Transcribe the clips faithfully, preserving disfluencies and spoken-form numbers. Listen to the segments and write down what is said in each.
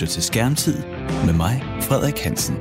lytter til Skærmtid med mig, Frederik Hansen.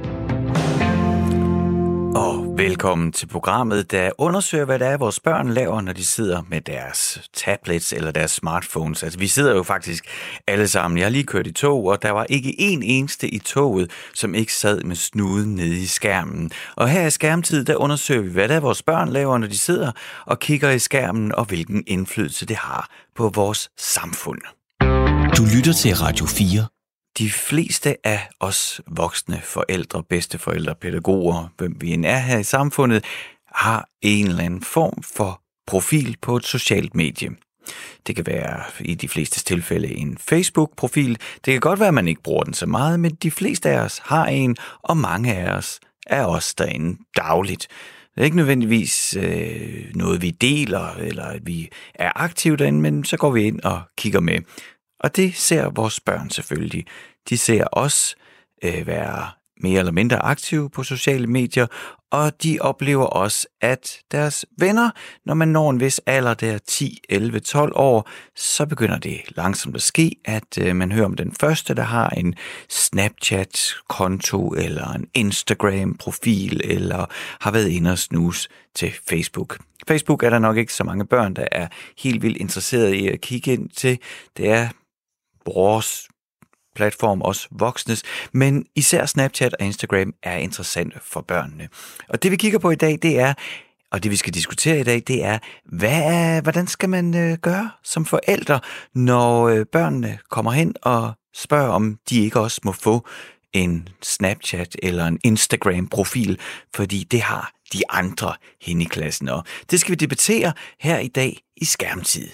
Og velkommen til programmet, der undersøger, hvad det er, vores børn laver, når de sidder med deres tablets eller deres smartphones. Altså, vi sidder jo faktisk alle sammen. Jeg har lige kørt i tog, og der var ikke en eneste i toget, som ikke sad med snuden nede i skærmen. Og her i Skærmtid, der undersøger vi, hvad det er, vores børn laver, når de sidder og kigger i skærmen, og hvilken indflydelse det har på vores samfund. Du lytter til Radio fire. De fleste af os voksne, forældre, bedsteforældre, pædagoger, hvem vi end er her i samfundet, har en eller anden form for profil på et socialt medie. Det kan være i de fleste tilfælde en Facebook-profil. Det kan godt være, at man ikke bruger den så meget, men de fleste af os har en, og mange af os er også derinde dagligt. Det er ikke nødvendigvis øh, noget, vi deler, eller at vi er aktive derinde, men så går vi ind og kigger med. Og det ser vores børn selvfølgelig. De ser os øh, være mere eller mindre aktive på sociale medier, og de oplever også, at deres venner, når man når en vis alder, der ti, elleve, tolv år, så begynder det langsomt at ske, at øh, man hører om den første, der har en Snapchat-konto, eller en Instagram-profil, eller har været inde og snuse til Facebook. Facebook er der nok ikke så mange børn, der er helt vildt interesserede i at kigge ind til. Det er vores platform, også voksnes, men især Snapchat og Instagram er interessant for børnene. Og det vi kigger på i dag, det er, og det vi skal diskutere i dag, det er, hvad, hvordan skal man øh, gøre som forældre, når øh, børnene kommer hen og spørger, om de ikke også må få en Snapchat eller en Instagram-profil, fordi det har de andre hen i klassen. Og det skal vi debattere her i dag i Skærmtid.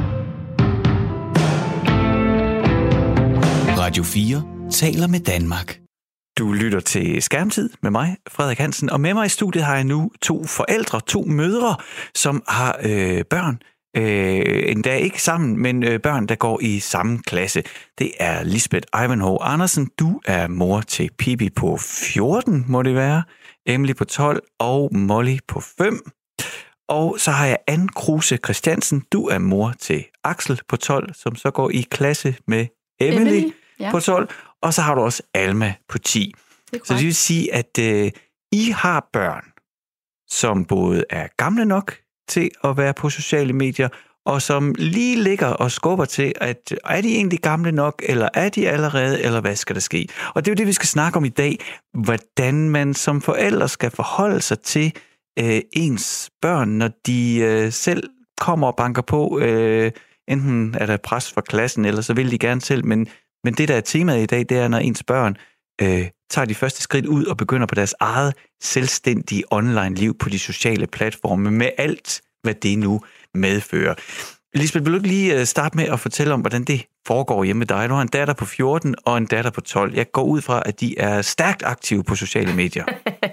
Radio fire taler med Danmark. Du lytter til Skærmtid med mig, Frederik Hansen, og med mig i studiet har jeg nu to forældre, to mødre, som har øh, børn, øh, endda ikke sammen, men øh, børn, der går i samme klasse. Det er Lisbeth Ivanhoe Andersen. Du er mor til Pippi på fjorten, må det være, Emily på tolv og Molly på fem. Og så har jeg Anne Kruse Christiansen. Du er mor til Axel på tolv, som så går i klasse med Emily, Emily ja. på tolv. Og så har du også Alma på ti. Det så det vil sige, at øh, I har børn, som både er gamle nok til at være på sociale medier, og som lige ligger og skubber til, at er de egentlig gamle nok, eller er de allerede, eller hvad skal der ske? Og det er jo det, vi skal snakke om i dag. Hvordan man som forældre skal forholde sig til øh, ens børn, når de øh, selv kommer og banker på. Øh, enten er der pres fra klassen, eller så vil de gerne selv, men Men det, der er temaet i dag, det er, når ens børn øh, tager de første skridt ud og begynder på deres eget selvstændige online-liv på de sociale platforme, med alt, hvad det nu medfører. Lisbeth, vil du ikke lige starte med at fortælle om, hvordan det foregår hjemme med dig? Du har en datter på fjorten og en datter på tolv. Jeg går ud fra, at de er stærkt aktive på sociale medier.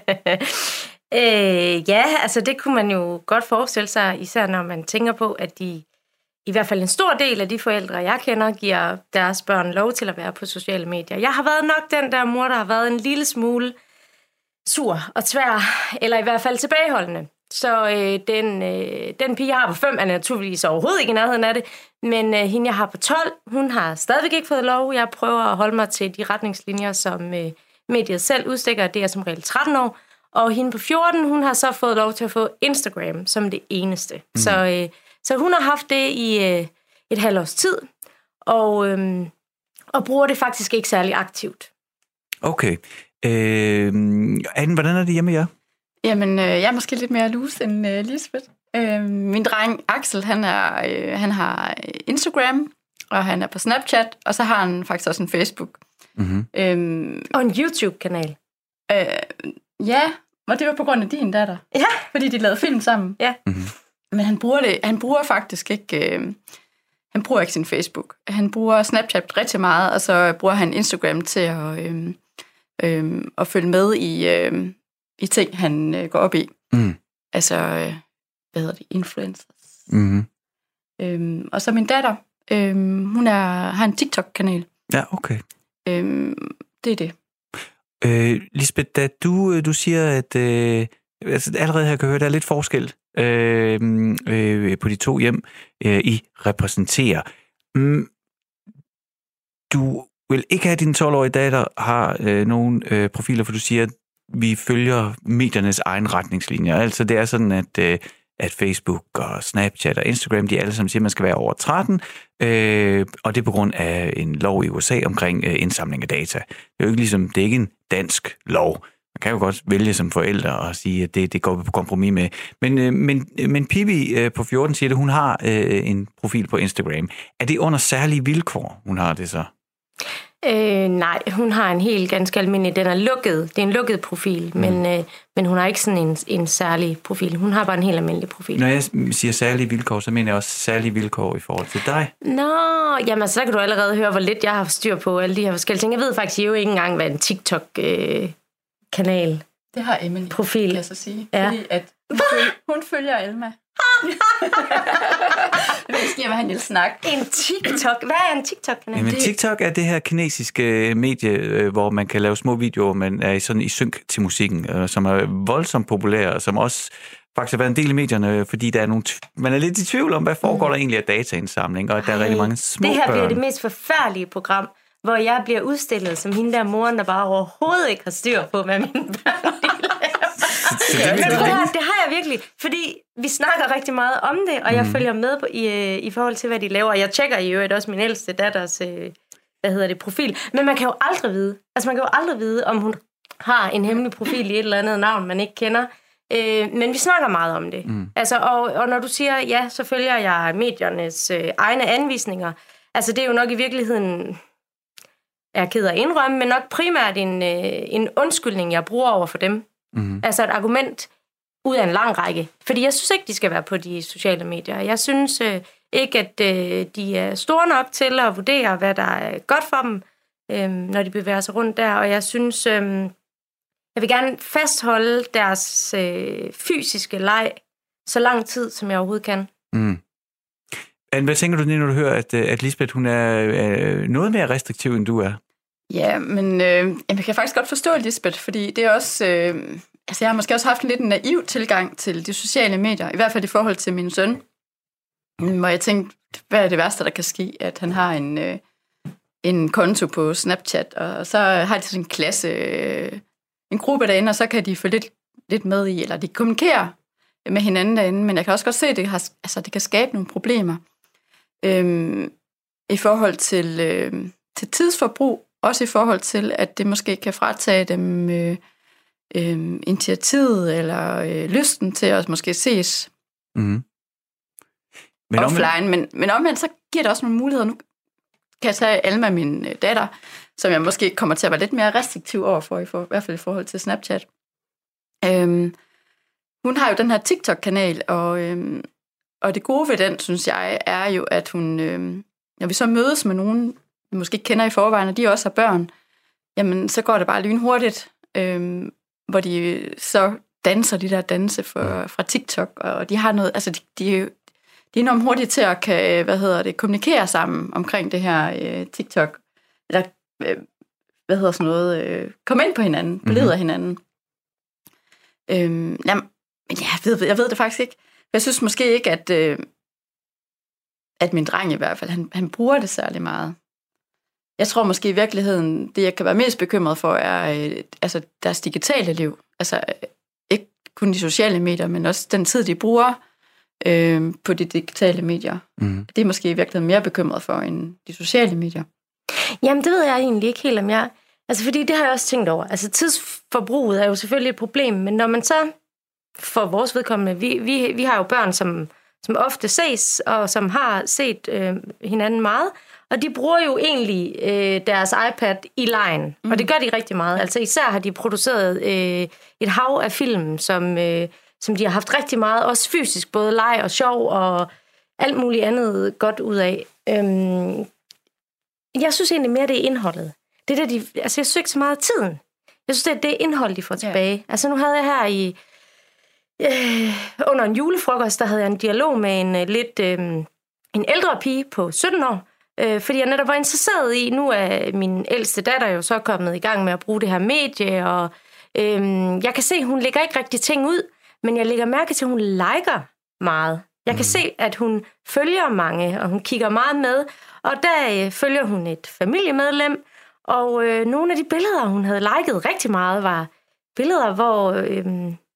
øh, ja, altså det kunne man jo godt forestille sig, især når man tænker på, at de i hvert fald en stor del af de forældre, jeg kender, giver deres børn lov til at være på sociale medier. Jeg har været nok den der mor, der har været en lille smule sur og tvær, eller i hvert fald tilbageholdende. Så øh, den, øh, den pige, jeg har på fem, er naturligvis overhovedet ikke i nærheden af det, men øh, hende, jeg har på tolv, hun har stadigvæk ikke fået lov. Jeg prøver at holde mig til de retningslinjer, som øh, mediet selv udstikker. Det er som regel tretten år. Og hende på fjorten, hun har så fået lov til at få Instagram som det eneste. Mm. Så... Øh, Så hun har haft det i øh, et halvt års tid, og, øhm, og bruger det faktisk ikke særlig aktivt. Okay. Øh, Anne, hvordan er det hjemme med jer? Jamen, øh, jeg er måske lidt mere loose end øh, Lisbeth. Øh, min dreng Axel, han, er, øh, han har Instagram, og han er på Snapchat, og så har han faktisk også en Facebook. Mm-hmm. Øh, og en YouTube-kanal. Øh, ja, og det var på grund af din datter. Ja. Fordi de lavede film sammen. Ja. Mm-hmm. Men han bruger det. Han bruger faktisk ikke. Øh, han bruger ikke sin Facebook. Han bruger Snapchat rigtig meget, og så bruger han Instagram til at øh, øh, at følge med i øh, i ting han øh, går op i. Mm. Altså øh, hvad hedder det, influencers. Mm-hmm. Øh, og så min datter. Øh, hun er har en TikTok-kanal. Ja, okay. Øh, det er det. Øh, Lisbeth, da du du siger at øh, altså allerede her kan jeg høre, der er lidt forskel øh, øh, på de to hjem, øh, I repræsenterer. Mm, du vil ikke have, at din tolv-årige datter har øh, nogle øh, profiler, for du siger, at vi følger mediernes egen retningslinjer. Altså det er sådan, at, øh, at Facebook og Snapchat og Instagram, de alle sammen siger, at man skal være over tretten, øh, og det er på grund af en lov i U S A omkring øh, indsamling af data. Det er jo ikke ligesom, det er ikke en dansk lov. Man kan jo godt vælge som forældre og sige, at det, det går vi på kompromis med. Men, øh, men, men Pippi øh, på fjorten siger, at hun har øh, en profil på Instagram. Er det under særlige vilkår, hun har det så? Øh, nej, hun har en helt ganske almindelig, den er lukket, det er en lukket profil, mm. men, øh, men hun har ikke sådan en, en særlig profil, hun har bare en helt almindelig profil. Når jeg siger særlige vilkår, så mener jeg også særlige vilkår i forhold til dig. Nå, jamen så kan du allerede høre, hvor lidt jeg har styr på alle de her forskellige ting. Jeg ved faktisk jo ikke engang, hvad en TikTok-kanal øh, det har Emily, profil. kan jeg så sige, ja. Fordi at hun, følger, hun følger Alma. Det sker med han lille snak. En TikTok? Hvad er en TikTok-kanal? Jamen, TikTok er det her kinesiske medie, hvor man kan lave små videoer, men er sådan i synk til musikken, som er voldsomt populær, og som også faktisk har været en del af medierne, fordi der er nogle t- man er lidt i tvivl om, hvad foregår der egentlig af dataindsamling, og at der er rigtig mange små Det her børn. bliver det mest forfærdelige program, hvor jeg bliver udstillet som hende der moren, der bare overhovedet ikke har styr på, hvad mine børn de laver. Men prøv at, det har jeg virkelig, fordi vi snakker rigtig meget om det, og jeg mm. følger med på, i, i forhold til, hvad de laver. Jeg tjekker i øvrigt også min ældste datters, hvad hedder det, profil. Men man kan jo aldrig vide, altså man kan jo aldrig vide, om hun har en hemmelig profil i et eller andet navn, man ikke kender. Øh, men vi snakker meget om det. Mm. Altså, og, og når du siger, ja, så følger jeg mediernes øh, egne anvisninger. Altså, det er jo nok i virkeligheden, jeg er ked af at indrømme, men nok primært en, øh, en undskyldning, jeg bruger over for dem. Mm. Altså et argument ud af en lang række. Fordi jeg synes ikke, de skal være på de sociale medier. Jeg synes øh, ikke, at øh, de er store nok til at vurdere, hvad der er godt for dem, øh, når de bevæger sig rundt der. Og jeg synes, øh, jeg vil gerne fastholde deres øh, fysiske leg så lang tid, som jeg overhovedet kan. Mm. Men hvad tænker du, når du hører, at, at Lisbeth, hun er øh, noget mere restriktiv, end du er? Ja, men øh, jeg kan faktisk godt forstå Lisbeth, fordi det er også... Øh, altså jeg har måske også haft en lidt naiv tilgang til de sociale medier, i hvert fald i forhold til min søn. Hvor jeg tænkte, hvad er det værste, der kan ske? At han har en, øh, en konto på Snapchat, og så har de sådan en klasse, øh, en gruppe derinde, og så kan de få lidt, lidt med i, eller de kommunikerer med hinanden derinde, men jeg kan også godt se, at det, har, altså, det kan skabe nogle problemer øh, i forhold til, øh, til tidsforbrug, også i forhold til, at det måske kan fratage dem øh, øh, initiativet eller øh, lysten til at måske ses mm. men offline. Omvendt... Men, men omvendt, så giver det også nogle muligheder. Nu kan jeg tage Alma, min øh, datter, som jeg måske kommer til at være lidt mere restriktiv overfor, i, for, i hvert fald i forhold til Snapchat. Øhm, hun har jo den her TikTok-kanal, og, øhm, og det gode ved den, synes jeg, er jo, at hun, øhm, når vi så mødes med nogen, vi måske ikke kender i forvejen, og de også har børn, jamen så går det bare lynhurtigt, øhm, hvor de så danser de der danse for, fra TikTok, og de har noget, altså de, de, de er enormt hurtige til at kan, hvad hedder det, kommunikere sammen omkring det her øh, TikTok, eller øh, hvad hedder sådan noget, øh, komme ind på hinanden, beleder mm-hmm. hinanden. Øhm, jamen, men jeg ved, jeg ved det faktisk ikke. Jeg synes måske ikke, at, øh, at min dreng i hvert fald, han, han bruger det særlig meget. Jeg tror måske i virkeligheden, det jeg kan være mest bekymret for, er øh, altså deres digitale liv. Altså øh, ikke kun de sociale medier, men også den tid, de bruger øh, på de digitale medier. Mm. Det er måske i virkeligheden mere bekymret for, end de sociale medier. Jamen, det ved jeg egentlig ikke helt, om jeg... Altså, fordi det har jeg også tænkt over. Altså, tidsforbruget er jo selvfølgelig et problem, men når man så, for vores vedkommende, vi, vi, vi har jo børn, som, som ofte ses, og som har set øh, hinanden meget, og de bruger jo egentlig øh, deres iPad i legen, mm. og det gør de rigtig meget. Altså, især har de produceret øh, et hav af film, som, øh, som de har haft rigtig meget, også fysisk, både leg og sjov, og alt muligt andet godt ud af. Øhm, jeg synes egentlig mere, det er indholdet. Det der, de, altså jeg synes ikke så meget af tiden. Jeg synes, det er det indhold, de får tilbage. Ja. Altså nu havde jeg her i øh, under en julefrokost, der havde jeg en dialog med en øh, lidt øh, en ældre pige på sytten år, øh, fordi jeg netop var interesseret i, nu er min ældste datter jo så kommet i gang med at bruge det her medie, og øh, jeg kan se, at hun lægger ikke rigtig ting ud, men jeg lægger mærke til, at hun liker meget. Jeg kan mm. se, at hun følger mange, og hun kigger meget med, og der øh, følger hun et familiemedlem, Og øh, nogle af de billeder, hun havde liket rigtig meget, var billeder, hvor øh,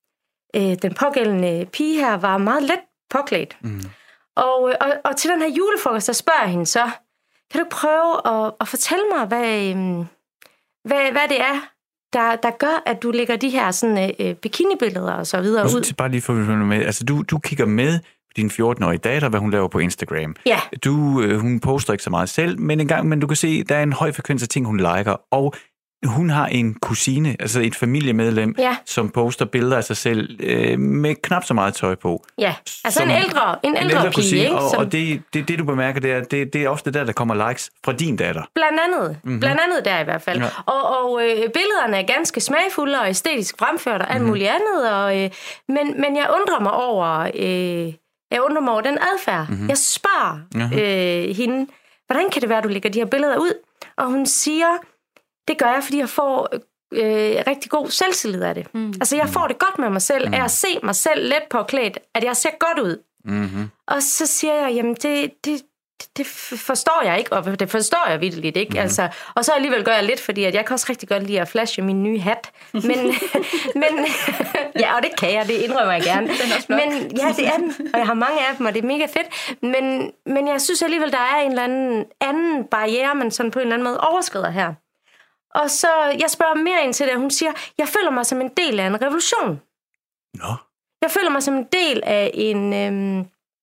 øh, den pågældende pige her var meget let påklædt. Mm. Og, og, og til den her julefrokost, der spørger jeg hende så, kan du prøve at, at fortælle mig, hvad, øh, hvad, hvad det er, der, der gør, at du lægger de her sådan, øh, bikinibilleder og så videre ud? Bare lige for med. Altså, du, du kigger med din fjorten-årige datter, hvad hun laver på Instagram. Ja. Du, øh, hun poster ikke så meget selv, men en gang, men du kan se, der er en høj frekvens af ting, hun liker, og hun har en kusine, altså et familiemedlem, ja. som poster billeder af sig selv øh, med knap så meget tøj på. Ja, altså som, en ældre, en ældre, en ældre pige, kusine, ikke? Og, som... og det, det, det, du bemærker, det er, det, det er ofte der, der kommer likes fra din datter. Blandt andet. Mm-hmm. Blandt andet der i hvert fald. Ja. Og, og øh, billederne er ganske smagfulde og æstetisk fremført og alt mm-hmm. muligt andet. Og, øh, men, men jeg undrer mig over, øh, jeg undrer mig over den adfærd. Mm-hmm. Jeg spørger øh, hende, hvordan kan det være, at du lægger de her billeder ud? Og hun siger, det gør jeg, fordi jeg får øh, rigtig god selvtillid af det. Mm. Altså, jeg får det godt med mig selv, mm. af at se mig selv let påklædt, at jeg ser godt ud. Mm-hmm. Og så siger jeg, jamen, det, det, det forstår jeg ikke, og det forstår jeg vitterligt ikke. Mm-hmm. Altså, og så alligevel gør jeg lidt, fordi at jeg kan også rigtig godt lide at flashe min nye hat. Men, men ja, og det kan jeg, det indrømmer jeg gerne. Men ja, det er den, og jeg har mange af dem, og det er mega fedt. Men, men jeg synes alligevel, der er en eller anden anden barriere, man sådan på en eller anden måde overskrider her. Og så, jeg spørger mere ind til det, og hun siger, jeg føler mig som en del af en revolution. Nå. Jeg føler mig som en del af en, øhm,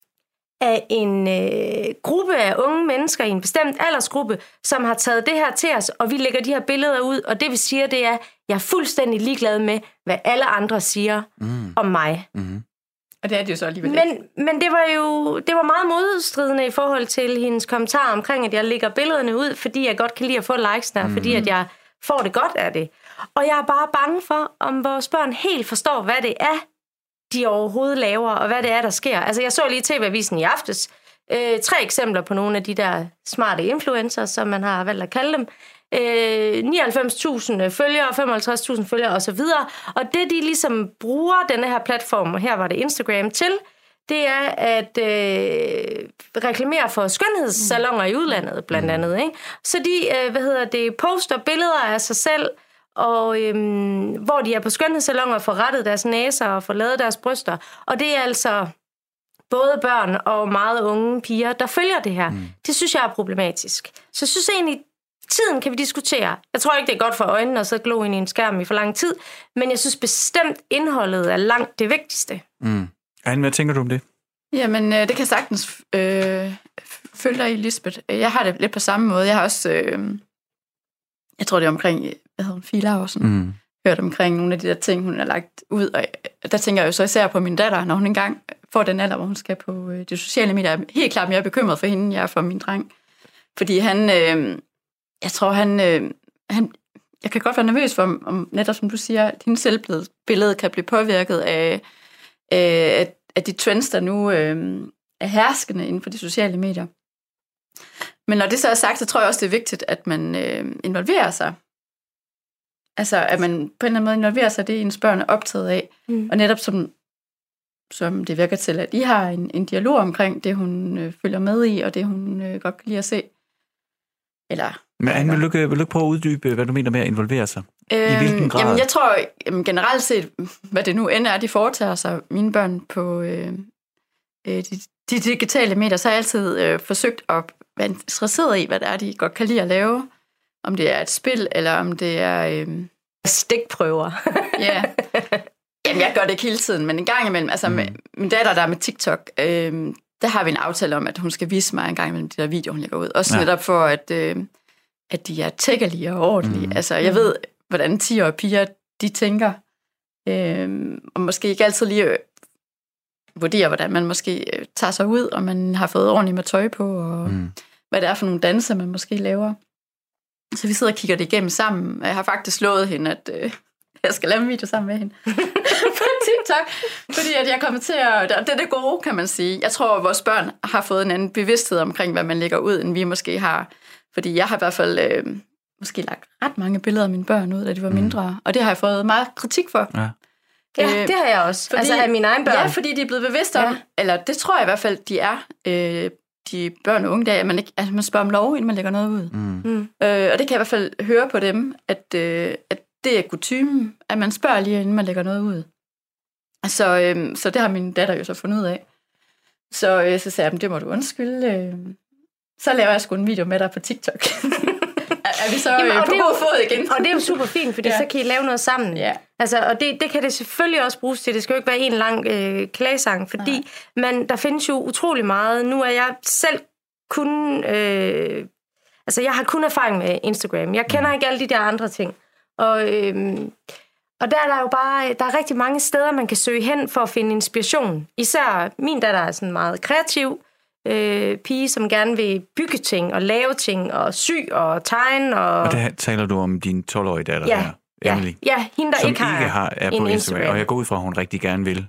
af en øh, gruppe af unge mennesker i en bestemt aldersgruppe, som har taget det her til os, og vi lægger de her billeder ud, og det vi siger, det er, jeg er fuldstændig ligeglad med, hvad alle andre siger mm. om mig. Mm. Og det er det jo så alligevel men, ikke. Men det var jo det var meget modstridende i forhold til hendes kommentar omkring, at jeg lægger billederne ud, fordi jeg godt kan lide at få likes der, mm. fordi at jeg får det godt af det. Og jeg er bare bange for, om vores børn helt forstår, hvad det er, de overhovedet laver, og hvad det er, der sker. Altså, jeg så lige T V-avisen i aftes. Øh, tre eksempler på nogle af de der smarte influencers, som man har valgt at kalde dem. Øh, nioghalvfems tusind følgere, femoghalvtreds tusind følgere osv. Og det, de ligesom bruger denne her platform, og her var det Instagram til, det er at øh, reklamere for skønhedssalonger i udlandet, blandt andet. Ikke? Så de, øh, hvad hedder det, poster billeder af sig selv, og øhm, hvor de er på skønhedssalonger og får rettet deres næser og får lavet deres bryster. Og det er altså både børn og meget unge piger, der følger det her. Mm. Det synes jeg er problematisk. Så jeg synes egentlig, tiden kan vi diskutere. Jeg tror ikke, det er godt for øjnene at sidde og glo ind i en skærm i for lang tid, men jeg synes bestemt, indholdet er langt det vigtigste. Mm. Anne, hvad tænker du om det? Jamen, det kan sagtens øh, følge dig i, Lisbeth. Jeg har det lidt på samme måde. Jeg har også, øh, jeg tror det er omkring, hvad hedder hun, Fie Laursen, mm. hørt omkring nogle af de der ting, hun har lagt ud. Og der tænker jeg jo så især på min datter, når hun engang får den alder, hvor hun skal på øh, de sociale medier. Helt klart, jeg er bekymret for hende, jeg er for min dreng. Fordi han, øh, jeg tror han, øh, han, jeg kan godt være nervøs for, om netop som du siger, at hendes selvbillede kan blive påvirket af, øh, at af de trends, der nu øh, er herskende inden for de sociale medier. Men når det så er sagt, så tror jeg også, det er vigtigt, at man øh, involverer sig. Altså, at man på en eller anden måde involverer sig, det ens børn er optaget af. Mm. Og netop som, som det virker til, at I har en, en dialog omkring det, hun øh, følger med i, og det, hun øh, godt kan lide at se. Eller... Men Anne, vil du, vil du prøve at uddybe, hvad du mener med at involvere sig? Øhm, I hvilken grad? Jamen, jeg tror jamen, generelt set, hvad det nu end er, de foretager sig, mine børn på øh, de, de digitale medier, så har jeg altid øh, forsøgt at være interesseret i, hvad det er, de godt kan lide at lave. Om det er et spil, eller om det er... Øh... stikprøver. Ja. Jamen, jeg gør det ikke hele tiden, men en gang imellem, altså mm. med, min datter, der er med TikTok, øh, der har vi en aftale om, at hun skal vise mig en gang imellem de der videoer, hun lægger ud. Også ja. netop for, at... Øh, at de er tækkelige og ordentlige. Mm. Altså, jeg ved, hvordan ti-årige piger, de tænker, øhm, og måske ikke altid lige øh, vurderer, hvordan man måske øh, tager sig ud, og man har fået ordentligt med tøj på, og mm. hvad det er for nogle danser, man måske laver. Så vi sidder og kigger det igennem sammen. Jeg har faktisk slået hende, at øh, jeg skal lave en video sammen med hende på TikTok, fordi at jeg kommer til at... Det er det gode, kan man sige. Jeg tror, at vores børn har fået en anden bevidsthed omkring, hvad man lægger ud, end vi måske har. Fordi jeg har i hvert fald øh, måske lagt ret mange billeder af mine børn ud, da de var mindre. Mm. Og det har jeg fået meget kritik for. Ja, ja det har jeg også. Fordi, altså af mine egne børn. Ja, fordi de er blevet bevidste om, ja. eller det tror jeg i hvert fald, de er, øh, de børn og unge, det er, at man, ikke, at man spørger om lov, inden man lægger noget ud. Mm. Mm. Øh, og det kan jeg i hvert fald høre på dem, at, øh, at det er kutymen, at man spørger lige, inden man lægger noget ud. Så, øh, så det har min datter jo så fundet ud af. Så, øh, så sagde jeg, det må du undskylde. Øh. Så laver jeg sgu en video med dig på TikTok. Er vi så Jamen, øh, på god fod igen? Og det er jo super fint, fordi ja. så kan I lave noget sammen. Ja. Altså, og det, det kan det selvfølgelig også bruges til. Det skal jo ikke være en lang øh, klagesang, fordi man, der findes jo utrolig meget. Nu er jeg selv kun... Øh, altså, jeg har kun erfaring med Instagram. Jeg kender ikke alle de der andre ting. Og, øh, og der er der jo bare... Der er rigtig mange steder, man kan søge hen for at finde inspiration. Især min datter er sådan meget kreativ. Øh, pige, som gerne vil bygge ting og lave ting og sy og tegne. Og, og der taler du om din tolv-årige datter ja, der, Emily. Ja, ja, hende der som ikke har, ikke har er på en Instagram, Instagram. og jeg går ud fra, at hun rigtig gerne vil.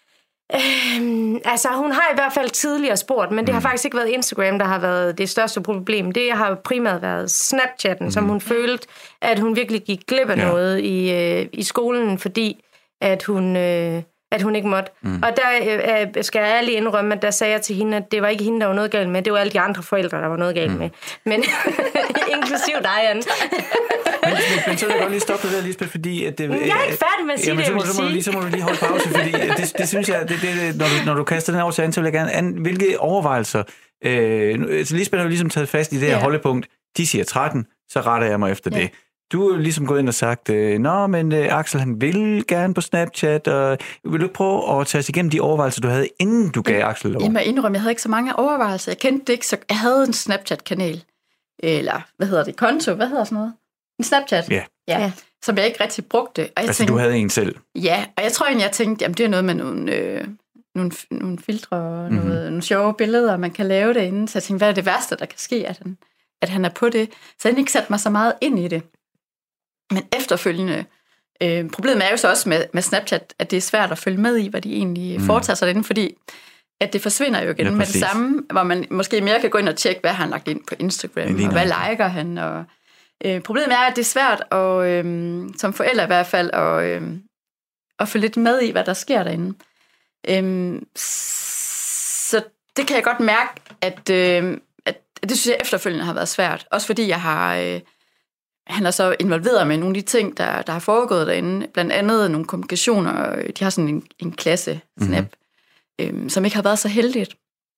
Øhm, altså, hun har i hvert fald tidligere spurgt, men det mm. har faktisk ikke været Instagram, der har været det største problem. Det har primært været Snapchatten, mm. som hun følte, at hun virkelig gik glip af ja. noget i, øh, i skolen, fordi at hun... Øh, at hun ikke måtte. Mm. Og der øh, skal jeg ærligt indrømme, at der sagde jeg til hende, at det var ikke hende, der var noget galt med. Det var alle de andre forældre, der var noget galt mm. med. Men inklusiv dig, Anne. men, men så vil jeg godt lige stoppe der, Lisbeth, fordi... At det, jeg er ikke færdig med at sige jamen, det, så må, jeg vil så må, sige. lige, så må du lige holde pause, fordi det, det synes jeg, det, det, når, du, når du kaster den over til Anne, så vil jeg gerne... Anne, hvilke overvejelser... Øh, altså Lisbeth har jo ligesom taget fast i det her ja. holdepunkt. De siger tretten, så retter jeg mig efter ja. det. Du er ligesom gået ind og sagt, nå, men uh, Axel, han vil gerne på Snapchat, og vil du prøve at tage os igennem de overvejelser, du havde, inden du gav Axel lov? Jamen, jeg indrømmer, jeg havde ikke så mange overvejelser. Jeg kendte det ikke, så jeg havde en Snapchat-kanal. Eller, hvad hedder det, konto? Hvad hedder sådan noget? En Snapchat? Ja. ja. ja. Som jeg ikke rigtig brugte. Og jeg altså, tænkte, du havde en selv? Ja, og jeg tror egentlig, jeg tænkte, jamen, det er noget med nogle, øh, nogle, nogle filtre og mm-hmm. noget, nogle sjove billeder, man kan lave det inden. Så jeg tænkte, hvad er det værste, der kan ske, at han, at han er på det? Så jeg havde ikke sat mig så meget ind i det. Men efterfølgende, øh, problemet er jo så også med, med Snapchat, at det er svært at følge med i, hvad de egentlig mm. foretager sig derinde, fordi at det forsvinder jo igen ja, med det samme, hvor man måske mere kan gå ind og tjekke, hvad han har lagt ind på Instagram, og hvad liker han. Og, øh, problemet er, at det er svært, at, øh, som forældre i hvert fald, at, øh, at følge lidt med i, hvad der sker derinde. Øh, så det kan jeg godt mærke, at, øh, at det synes jeg efterfølgende har været svært. Også fordi jeg har... Øh, Han er så involveret med nogle af de ting, der, der har foregået derinde. Blandt andet nogle kommunikationer. De har sådan en, en klasse-snap, mm-hmm. øhm, som ikke har været så heldigt.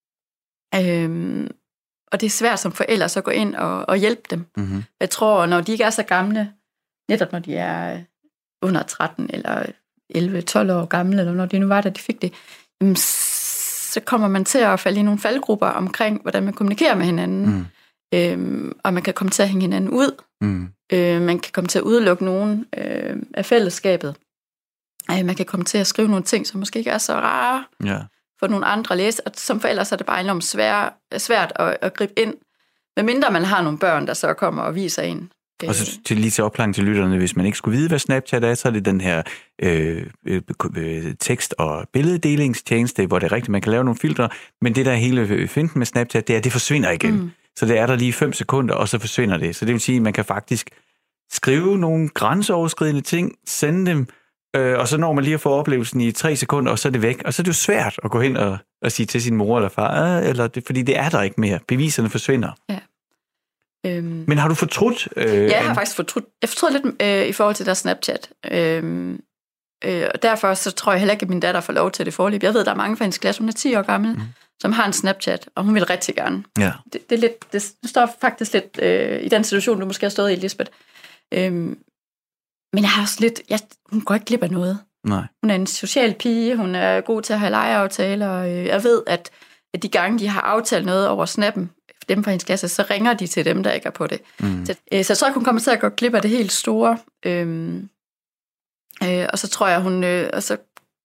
Øhm, og det er svært som forældre så at gå ind og, og hjælpe dem. Mm-hmm. Jeg tror, når de ikke er så gamle, netop når de er under tretten eller elleve tolv år gamle, eller når de nu var, da de fik det, øhm, så kommer man til at falde i nogle faldgrupper omkring, hvordan man kommunikerer med hinanden. Mm. Øhm, og man kan komme til at hænge hinanden ud. Mm. Øh, man kan komme til at udelukke nogen øh, af fællesskabet. Øh, man kan komme til at skrive nogle ting, som måske ikke er så rare ja. for nogle andre at læse. Og som forældre så er det bare enormt svært, svært at, at gribe ind, medmindre man har nogle børn, der så kommer og viser en. Øh. Og så til, lige til opklaring til lytterne, hvis man ikke skulle vide, hvad Snapchat er, så er det den her øh, øh, tekst- og billeddelingstjeneste, hvor det er rigtigt, man kan lave nogle filtre, men det der hele finten med Snapchat, det er, at det forsvinder igen. Mm. Så det er der lige fem sekunder, og så forsvinder det. Så det vil sige, at man kan faktisk skrive nogle grænseoverskridende ting, sende dem, øh, og så når man lige at få oplevelsen i tre sekunder, og så er det væk. Og så er det jo svært at gå hen og, og sige til sin mor eller far, eller det, fordi det er der ikke mere. Beviserne forsvinder. Ja. Øhm. Men har du fortrudt? Øh, ja, jeg har faktisk fortrudt. Jeg fortrød lidt øh, i forhold til der Snapchat. Øhm, øh, og derfor så tror jeg heller ikke, at min datter får lov til det forløb. Jeg ved, der er mange fra hendes klasse, hun er ti år gammel, mm. som har en Snapchat, og hun vil rigtig gerne. Ja. Det, det, er lidt, det står faktisk lidt øh, i den situation, du måske har stået i, Lisbeth. Øhm, men jeg har også lidt... Jeg, hun går ikke glip af noget. Nej. Hun er en social pige, hun er god til at have legeaftaler, og øh, jeg ved, at, at de gange, de har aftalt noget over snappen, dem fra hendes klasse, så ringer de til dem, der ikke er på det. Mm. Så, øh, så jeg tror ikke, hun kommer til at gå glip af det helt store. Øhm, øh, og så tror jeg, hun... Øh, og så,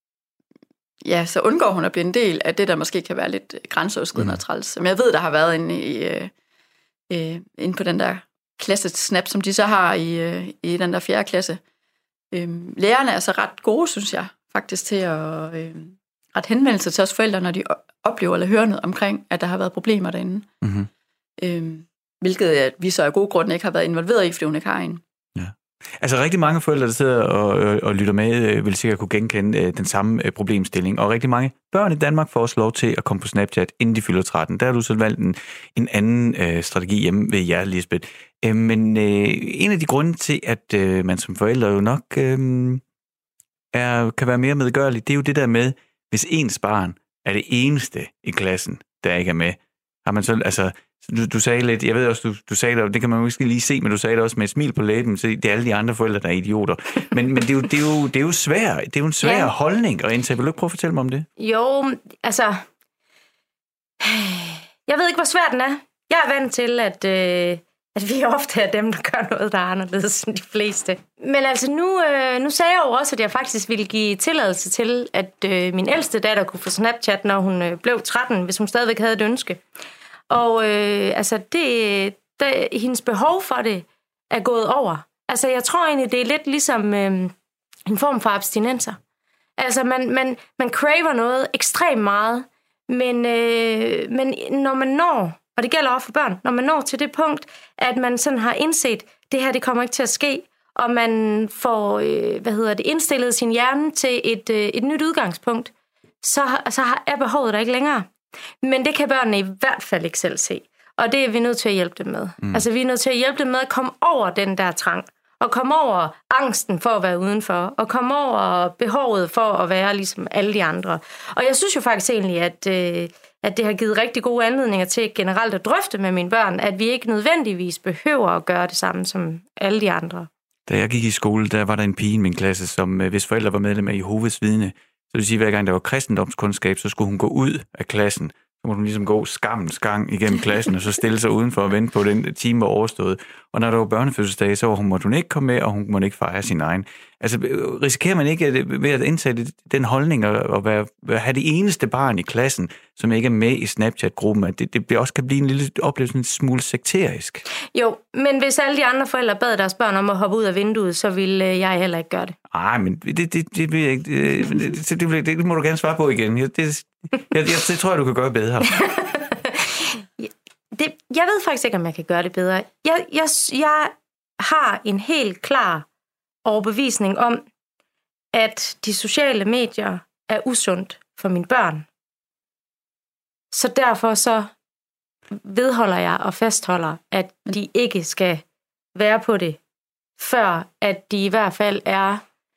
ja, så undgår hun at blive en del af det, der måske kan være lidt grænseoverskridende mm. og træls. Men jeg ved, der har været inde, i, øh, øh, inde på den der klasse-snap, som de så har i, øh, i den der fjerde klasse. Øh, lærerne er så ret gode, synes jeg, faktisk til at øh, ret henvendelse til os forældre, når de oplever eller hører noget omkring, at der har været problemer derinde. Mm-hmm. Øh, hvilket at vi så af gode grunde ikke har været involveret i, fordi hun ikke har en. Ja. Altså rigtig mange forældre, der sidder og, og, og lytter med, vil sikkert kunne genkende den samme problemstilling. Og rigtig mange børn i Danmark får også lov til at komme på Snapchat, inden de fylder tretten. Der har du så valgt en, en anden øh, strategi hjemme ved jer, Lisbeth. Øh, men øh, en af de grunde til, at øh, man som forældre jo nok øh, er, kan være mere medgørlig, det er jo det der med, hvis ens barn er det eneste i klassen, der ikke er med. Har man så, altså, du, du sagde lidt, jeg ved også, du, du sagde det, det kan man måske lige se, men du sagde det også med et smil på læben, så det er alle de andre forældre, der er idioter. Men, men det, er jo, det, er jo, det er jo svært, det er jo en svær ja. holdning at indtage. Vil du ikke prøve at fortælle mig om det? Jo, altså, jeg ved ikke, hvor svært den er. Jeg er vant til, at, øh, at vi ofte er dem, der gør noget, der er anderledes end de fleste. Men altså, nu, øh, nu sagde jeg jo også, at jeg faktisk ville give tilladelse til, at øh, min ældste datter kunne få Snapchat, når hun øh, blev tretten, hvis hun stadigvæk havde et ønske. Og øh, altså, det, det, hendes behov for det er gået over. Altså, jeg tror egentlig, det er lidt ligesom øh, en form for abstinenser. Altså, man, man, man craver noget ekstremt meget, men, øh, men når man når, og det gælder også for børn, når man når til det punkt, at man sådan har indset, det her, det kommer ikke til at ske, og man får, øh, hvad hedder det, indstillet sin hjerne til et, øh, et nyt udgangspunkt, så, så er behovet der ikke længere. Men det kan børnene i hvert fald ikke selv se. Og det er vi nødt til at hjælpe dem med. Mm. Altså, vi er nødt til at hjælpe dem med at komme over den der trang. Og komme over angsten for at være udenfor. Og komme over behovet for at være ligesom alle de andre. Og jeg synes jo faktisk egentlig, at, øh, at det har givet rigtig gode anledninger til generelt at drøfte med mine børn, at vi ikke nødvendigvis behøver at gøre det samme som alle de andre. Da jeg gik i skole, der var der en pige i min klasse, som hvis forældre var medlem af Jehovas Vidne, så det vil sige, at hver gang der var kristendomskundskab, så skulle hun gå ud af klassen. Så måtte hun ligesom gå skammens gang igennem klassen, og så stille sig udenfor og vente på, den time var overstået. Og når der var børnefødselsdag, så måtte hun ikke komme med, og hun måtte ikke fejre sin egen. Altså, risikerer man ikke at, ved at indtage den holdning og være, at have det eneste barn i klassen, som ikke er med i Snapchat-gruppen, at det, det også kan blive en lille oplevelse, en smule sekterisk? Jo, men hvis alle de andre forældre bad deres børn om at hoppe ud af vinduet, så ville jeg heller ikke gøre det. Nej, men det, det, det, det, det, det, det, det må du gerne svare på igen. Det, det, jeg, jeg, det tror jeg, du kan gøre bedre. det, jeg ved faktisk ikke, om jeg kan gøre det bedre. Jeg, jeg, jeg har en helt klar overbevisning om, at de sociale medier er usundt for mine børn. Så derfor så vedholder jeg og fastholder, at de ikke skal være på det, før at de i hvert fald er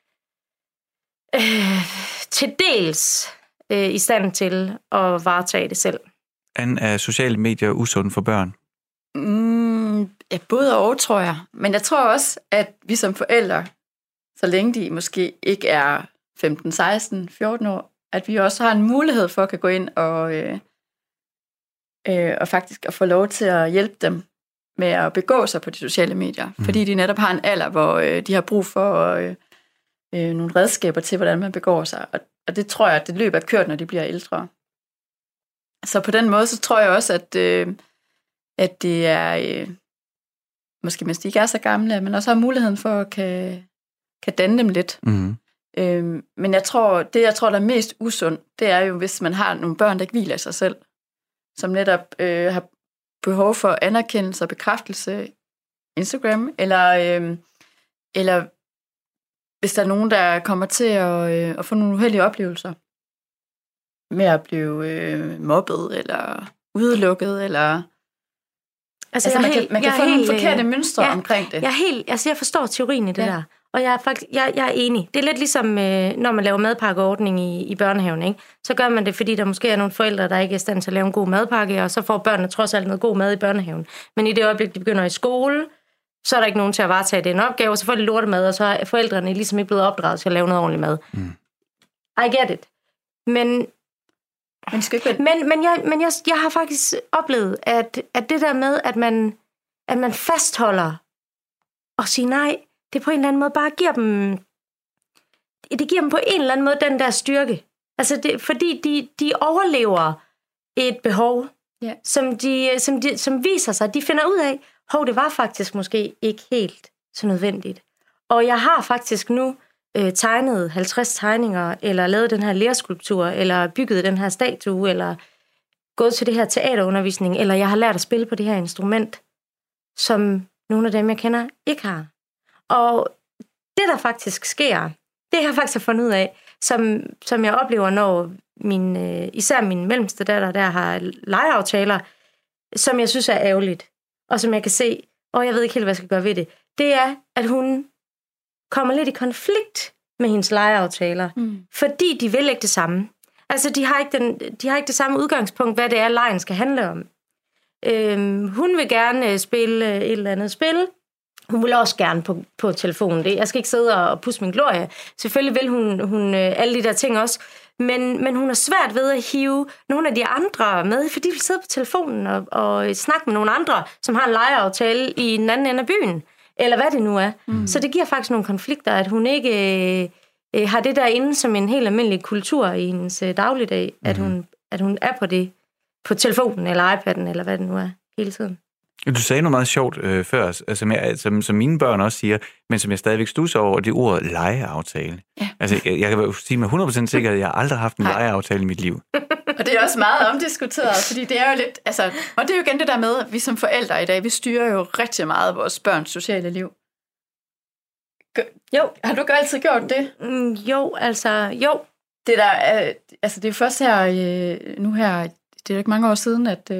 øh, til dels øh, i stand til at varetage det selv. Anne, er sociale medier usundt for børn? Mm, ja, både og, tror jeg. Men jeg tror også, at vi som forældre, så længe de måske ikke er femten, seksten, fjorten år, at vi også har en mulighed for at kan gå ind og, øh, øh, og faktisk at få lov til at hjælpe dem med at begå sig på de sociale medier. Mm. Fordi de netop har en alder, hvor øh, de har brug for øh, øh, nogle redskaber til, hvordan man begår sig. Og, og det tror jeg, at det løb er kørt, når de bliver ældre. Så på den måde, så tror jeg også, at, øh, at det er, øh, måske mens de ikke er så gamle, at man også har muligheden for at kan, kan danne dem lidt. Mm. Øh, men jeg tror, det jeg tror, der er mest usundt, det er jo, hvis man har nogle børn, der ikke hviler sig selv, som netop øh, har behov for anerkendelse og bekræftelse, Instagram, eller, øh, eller hvis der er nogen, der kommer til at, øh, at få nogle uheldige oplevelser med at blive øh, mobbet, eller udelukket, eller... Altså, altså man, helt, kan, man kan få helt, nogle forkerte mønstre ja, omkring det. Jeg, er helt, altså jeg forstår teorien i det ja. der, og jeg er, faktisk, jeg, jeg er enig. Det er lidt ligesom, øh, når man laver madpakkeordning i, i børnehaven, ikke? Så gør man det, fordi der måske er nogle forældre, der ikke er i stand til at lave en god madpakke, og så får børnene trods alt noget god mad i børnehaven. Men i det øjeblik, de begynder i skole, så er der ikke nogen til at varetage den opgave, og så får de lortemad, og så er forældrene ligesom ikke blevet opdraget til at lave noget ordentligt mad. Mm. I get it. Men... Men, men, men, jeg, men jeg, jeg har faktisk oplevet, at, at det der med, at man, at man fastholder og siger nej, det på en eller anden måde bare giver dem, det giver dem på en eller anden måde den der styrke. Altså det, fordi de, de overlever et behov, yeah. som, de, som, de, som viser sig, at de finder ud af, hov, det var faktisk måske ikke helt så nødvendigt. Og jeg har faktisk nu øh, tegnet halvtreds tegninger, eller lavet den her lerskulptur, eller bygget den her statue, eller gået til det her teaterundervisning, eller jeg har lært at spille på det her instrument, som nogle af dem, jeg kender, ikke har. Og det, der faktisk sker, det har jeg faktisk fundet ud af, som, som jeg oplever, når min, øh, især min mellemste datter, der har legeaftaler, som jeg synes er ærgerligt, og som jeg kan se, og jeg ved ikke helt, hvad jeg skal gøre ved det, det er, at hun kommer lidt i konflikt med hendes legeaftaler, mm. fordi de vil ikke det samme. Altså, de har ikke, den, de har ikke det samme udgangspunkt, hvad det er, legen skal handle om. Øhm, hun vil gerne spille et eller andet spil. Hun vil også gerne på, på telefonen. Det. Jeg skal ikke sidde og pusse min glorie. Selvfølgelig vil hun, hun alle de der ting også. Men, men hun er svært ved at hive nogle af de andre med, fordi de vil sidde på telefonen og, og snakke med nogle andre, som har en legeaftale i den anden ende af byen. Eller hvad det nu er. Mm. Så det giver faktisk nogle konflikter, at hun ikke øh, har det der inde som en helt almindelig kultur i hendes øh, dagligdag, mm. at, hun, at hun er på det, på telefonen eller iPad'en, eller hvad det nu er, hele tiden. Du sagde noget meget sjovt øh, før, altså, som, jeg, som, som mine børn også siger, men som jeg stadigvæk studser over, det ord legeaftale. Ja. Altså, jeg, jeg kan jo sige med hundrede procent sikkert, at jeg aldrig har haft en legeaftale i mit liv. Og det er også meget omdiskuteret, fordi det er jo lidt, altså, og det er jo igen det der med, at vi som forældre i dag, vi styrer jo rigtig meget vores børns sociale liv. Jo, har du ikke altid gjort det? Mm, jo, altså, jo. Det der, er, altså det er først her, nu her, det er jo ikke mange år siden, at,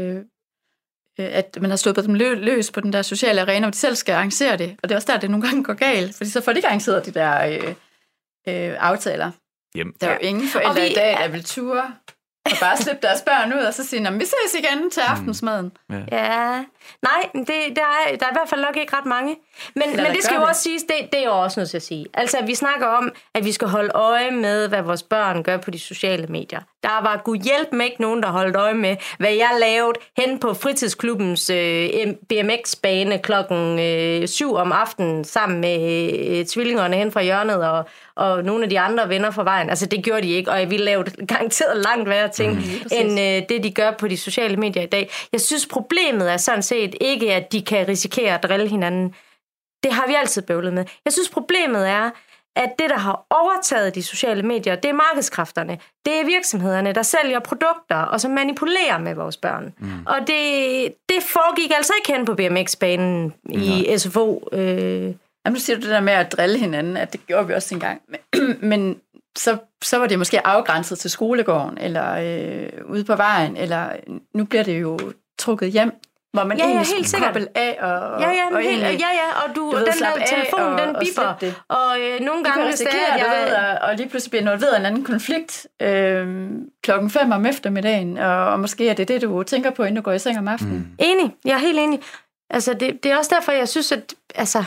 at man har stoppet dem løs på den der sociale arena, hvor de selv skal arrangere det. Og det er også der, det nogle gange går galt, fordi så får de ikke arrangeret de der øh, øh, aftaler. Jamen. Der er jo ingen forældre vi, i dag, der vil ture og bare slippe deres børn ud, og så sige, vi ses igen til aftensmaden. Mm. Ja. ja, nej, det, der, er, der er i hvert fald nok ikke ret mange. Men, men det skal jo det. også siges, det, det er jo også noget til at sige. Altså, vi snakker om, at vi skal holde øje med, hvad vores børn gør på de sociale medier. Der var gud hjælp med ikke nogen, der holdt øje med, hvad jeg lavede hen på fritidsklubbens øh, B M X-bane klokken øh, syv om aftenen, sammen med øh, tvillingerne hen fra hjørnet, og, og nogle af de andre venner fra vejen. Altså, det gjorde de ikke, og vi lavede garanteret langt værre ting, mm, end øh, det, de gør på de sociale medier i dag. Jeg synes, problemet er sådan set ikke, at de kan risikere at drille hinanden. Det har vi altid bøvlet med. Jeg synes, problemet er, at det, der har overtaget de sociale medier, det er markedskræfterne. Det er virksomhederne, der sælger produkter, og som manipulerer med vores børn. Mm. Og det, det foregik altså ikke hen på B M X-banen i ja. S F O. Øh. Jamen, nu siger du det der med at drille hinanden, at det gjorde vi også engang. Men, men så, så var det måske afgrænset til skolegården, eller øh, ude på vejen, eller nu bliver det jo trukket hjem, hvor man ja, egentlig ja, skulle koble af og, ja, ja, og helt, ja, ja, og du, du og ved, den der telefon, og, den biber, og, og øh, nogle gange hvis det er, jeg... ved, og, og lige pludselig bliver noget ved en anden konflikt øh, klokken fem om eftermiddagen, og, og måske er det det, du tænker på, inden du går i seng om aftenen. Mm. Enig, jeg er helt enig. Altså, det, det er også derfor, jeg synes, at, altså,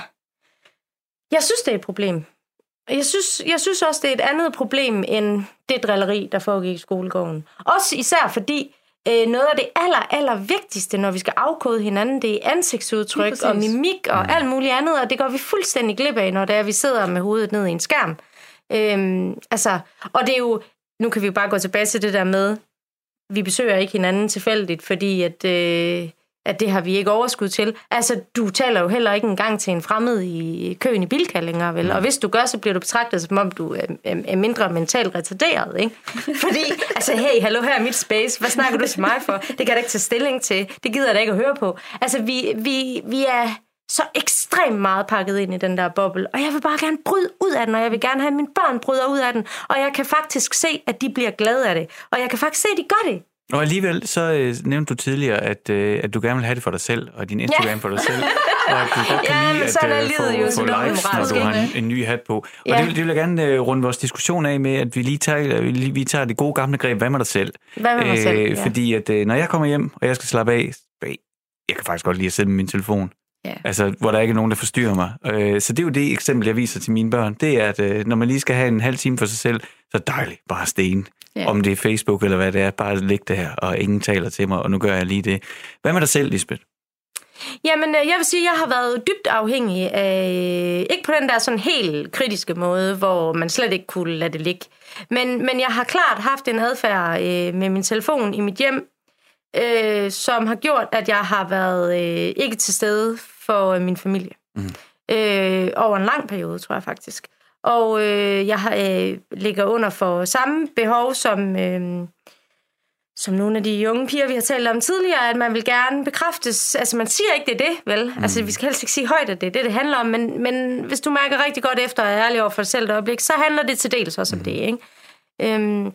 jeg synes, det er et problem. Jeg synes, jeg synes også, det er et andet problem, end det drilleri, der foregik i skolegården. Også især fordi, Øh, noget af det aller, aller vigtigste, når vi skal afkode hinanden, det er ansigtsudtryk og mimik og alt muligt andet, og det går vi fuldstændig glip af, når det er, vi sidder med hovedet ned i en skærm. Øhm, altså, og det er jo, nu kan vi jo bare gå tilbage til det der med, vi besøger ikke hinanden tilfældigt, fordi at, øh, at det har vi ikke overskud til. Altså, du taler jo heller ikke engang til en fremmed i køen i Bilka længere, vel? Og hvis du gør, så bliver du betragtet, som om du er, er mindre mentalt retarderet, ikke? Fordi, altså, hey, hallo, her er mit space. Hvad snakker du til mig for? Det kan jeg da ikke tage stilling til. Det gider jeg da ikke at høre på. Altså, vi, vi, vi er så ekstremt meget pakket ind i den der boble, og jeg vil bare gerne bryde ud af den, og jeg vil gerne have, at mine børn bryder ud af den, og jeg kan faktisk se, at de bliver glade af det, og jeg kan faktisk se, at de gør det. Og alligevel, så øh, nævnte du tidligere, at, øh, at du gerne vil have det for dig selv, og din Instagram ja. for dig selv, og at du godt kan ja, lide at øh, få, jo, få likes, når du har en, en ny hat på. Og ja. det, det vil jeg gerne øh, runde vores diskussion af med, at vi lige tager, vi, lige, vi tager det gode gamle greb, hvad med dig selv? Hvad med mig selv, øh, ja. Fordi at øh, når jeg kommer hjem, og jeg skal slappe af, jeg kan faktisk godt lide at sidde med min telefon. Ja. Altså, hvor der ikke er nogen, der forstyrrer mig. Øh, så det er jo det eksempel, jeg viser til mine børn. Det er, at øh, når man lige skal have en halv time for sig selv, så er det dejligt bare sten. Yeah. Om det er Facebook eller hvad det er, bare ligge det her, og ingen taler til mig, og nu gør jeg lige det. Hvad med dig selv, Lisbeth? Jamen, jeg vil sige, at jeg har været dybt afhængig af, ikke på den der sådan helt kritiske måde, hvor man slet ikke kunne lade det ligge, men, men jeg har klart haft en adfærd øh, med min telefon i mit hjem, øh, som har gjort, at jeg har været øh, ikke til stede for min familie. Mm. Øh, over en lang periode, tror jeg faktisk. Og øh, jeg har, øh, ligger under for samme behov, som, øh, som nogle af de unge piger, vi har talt om tidligere, at man vil gerne bekræftes. Altså, man siger ikke, det er det, vel? Mm. Altså, vi skal helst ikke sige højt, at det er det, det handler om. Men, men hvis du mærker rigtig godt efter, og er ærlig over for dig selv et øjeblik, så handler det til dels også om mm. det, ikke? Øhm,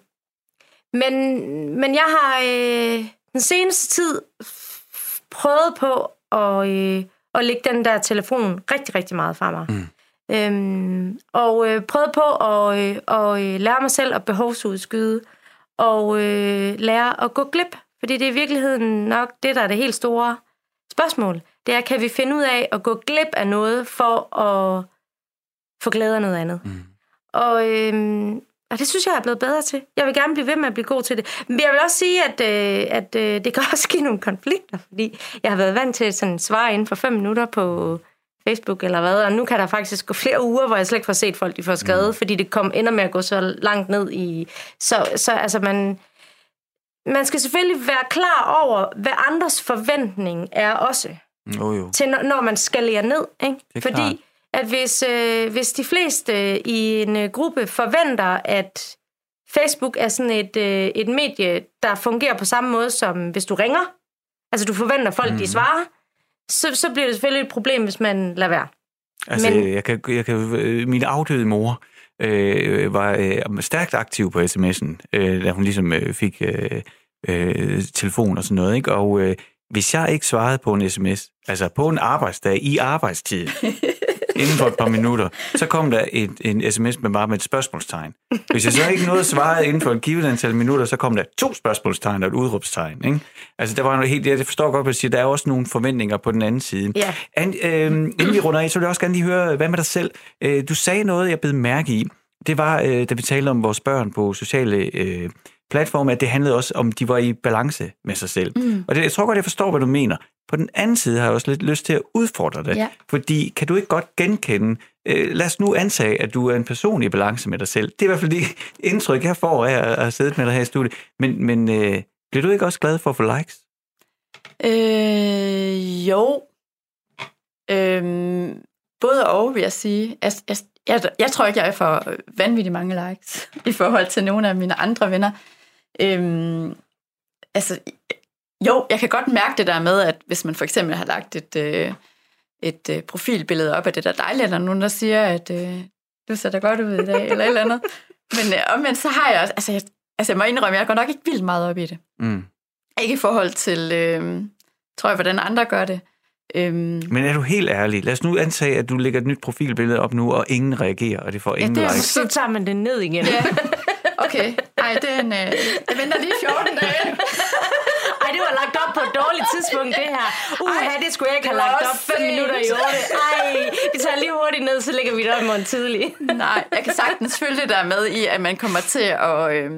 men, men jeg har øh, den seneste tid f- prøvet på at, øh, at lægge den der telefon rigtig, rigtig meget fra mig. Mm. Øhm, og øh, prøvet på at, øh, at øh, lære mig selv at behovsudskyde, og øh, lære at gå glip. Fordi det er i virkeligheden nok det, der er det helt store spørgsmål. Det er, kan vi finde ud af at gå glip af noget, for at få glæde af noget andet? Mm. Og, øh, og det synes jeg, jeg er blevet bedre til. Jeg vil gerne blive ved med at blive god til det. Men jeg vil også sige, at, øh, at øh, det kan også give nogle konflikter, fordi jeg har været vant til sådan et svar inden for fem minutter på Facebook eller hvad, og nu kan der faktisk gå flere uger, hvor jeg slet ikke får set folk, de får skrevet, mm. fordi det kom, ender med at gå så langt ned i... Så, så altså, man, man skal selvfølgelig være klar over, hvad andres forventning er også, oh, jo. Til, når man skalerer ned. Ikke? Fordi klart. At hvis, øh, hvis de fleste i en øh, gruppe forventer, at Facebook er sådan et, øh, et medie, der fungerer på samme måde, som hvis du ringer, altså du forventer folk, mm. de svarer, Så, så bliver det selvfølgelig et problem, hvis man lader være. Altså, Men... jeg kan, jeg kan, min afdøde mor øh, var øh, stærkt aktiv på sms'en, øh, da hun ligesom øh, fik øh, øh, telefon og sådan noget, ikke? Og øh, hvis jeg ikke svarede på en sms, altså på en arbejdsdag i arbejdstid, inden for et par minutter, så kom der et, en sms med bare med et spørgsmålstegn. Hvis jeg så ikke nåede at svare inden for et givet antal minutter, så kom der to spørgsmålstegn og et udråbstegn. Ikke? Altså, der var noget helt, jeg forstår godt, at sige, der er også nogle forventninger på den anden side. Ja. And, øh, inden vi runder af, så vil jeg også gerne lige høre, hvad med dig selv? Øh, du sagde noget, jeg bed mærke i. Det var, øh, da vi talte om vores børn på sociale øh, platforme, at det handlede også om, de var i balance med sig selv. Mm. Og det, jeg tror godt, jeg forstår, hvad du mener. På den anden side har jeg også lidt lyst til at udfordre det. Ja. Fordi kan du ikke godt genkende, øh, lad os nu antage, at du er en person i balance med dig selv. Det er i hvert fald det indtryk, jeg får af at have siddet med dig her i studiet. Men, men øh, bliver du ikke også glad for at få likes? Øh, jo. Øhm, både og, vil jeg sige. Jeg, jeg, jeg, jeg tror ikke, jeg får vanvittigt mange likes i forhold til nogle af mine andre venner. Øhm, altså... Jo, jeg kan godt mærke det der med, at hvis man for eksempel har lagt et, øh, et øh, profilbillede op af det der dejlige, eller nogen, der siger, at øh, du ser da godt ud i dag, eller et eller andet. Men øh, omvendt, så har jeg også, altså jeg, altså jeg må indrømme, jeg går nok ikke vildt meget op i det. Mm. Ikke i forhold til, øh, tror jeg, hvordan andre gør det. Øhm. Men er du helt ærlig? Lad os nu antage, at du lægger et nyt profilbillede op nu, og ingen reagerer, og det får ingen ja, det er, likes. Så tager man det ned igen. Ja. Okay, ej, det er en, øh, jeg venter lige fjorten dage. Ej, det var lagt op på et dårligt tidspunkt, det her. Uha, det skulle jeg ikke have lagt op fem minutter i otte. Ej, vi tager lige hurtigt ned, så lægger vi det op i morgen tidlig. Nej, jeg kan sagtens følge det der med i, at man kommer til at, øh,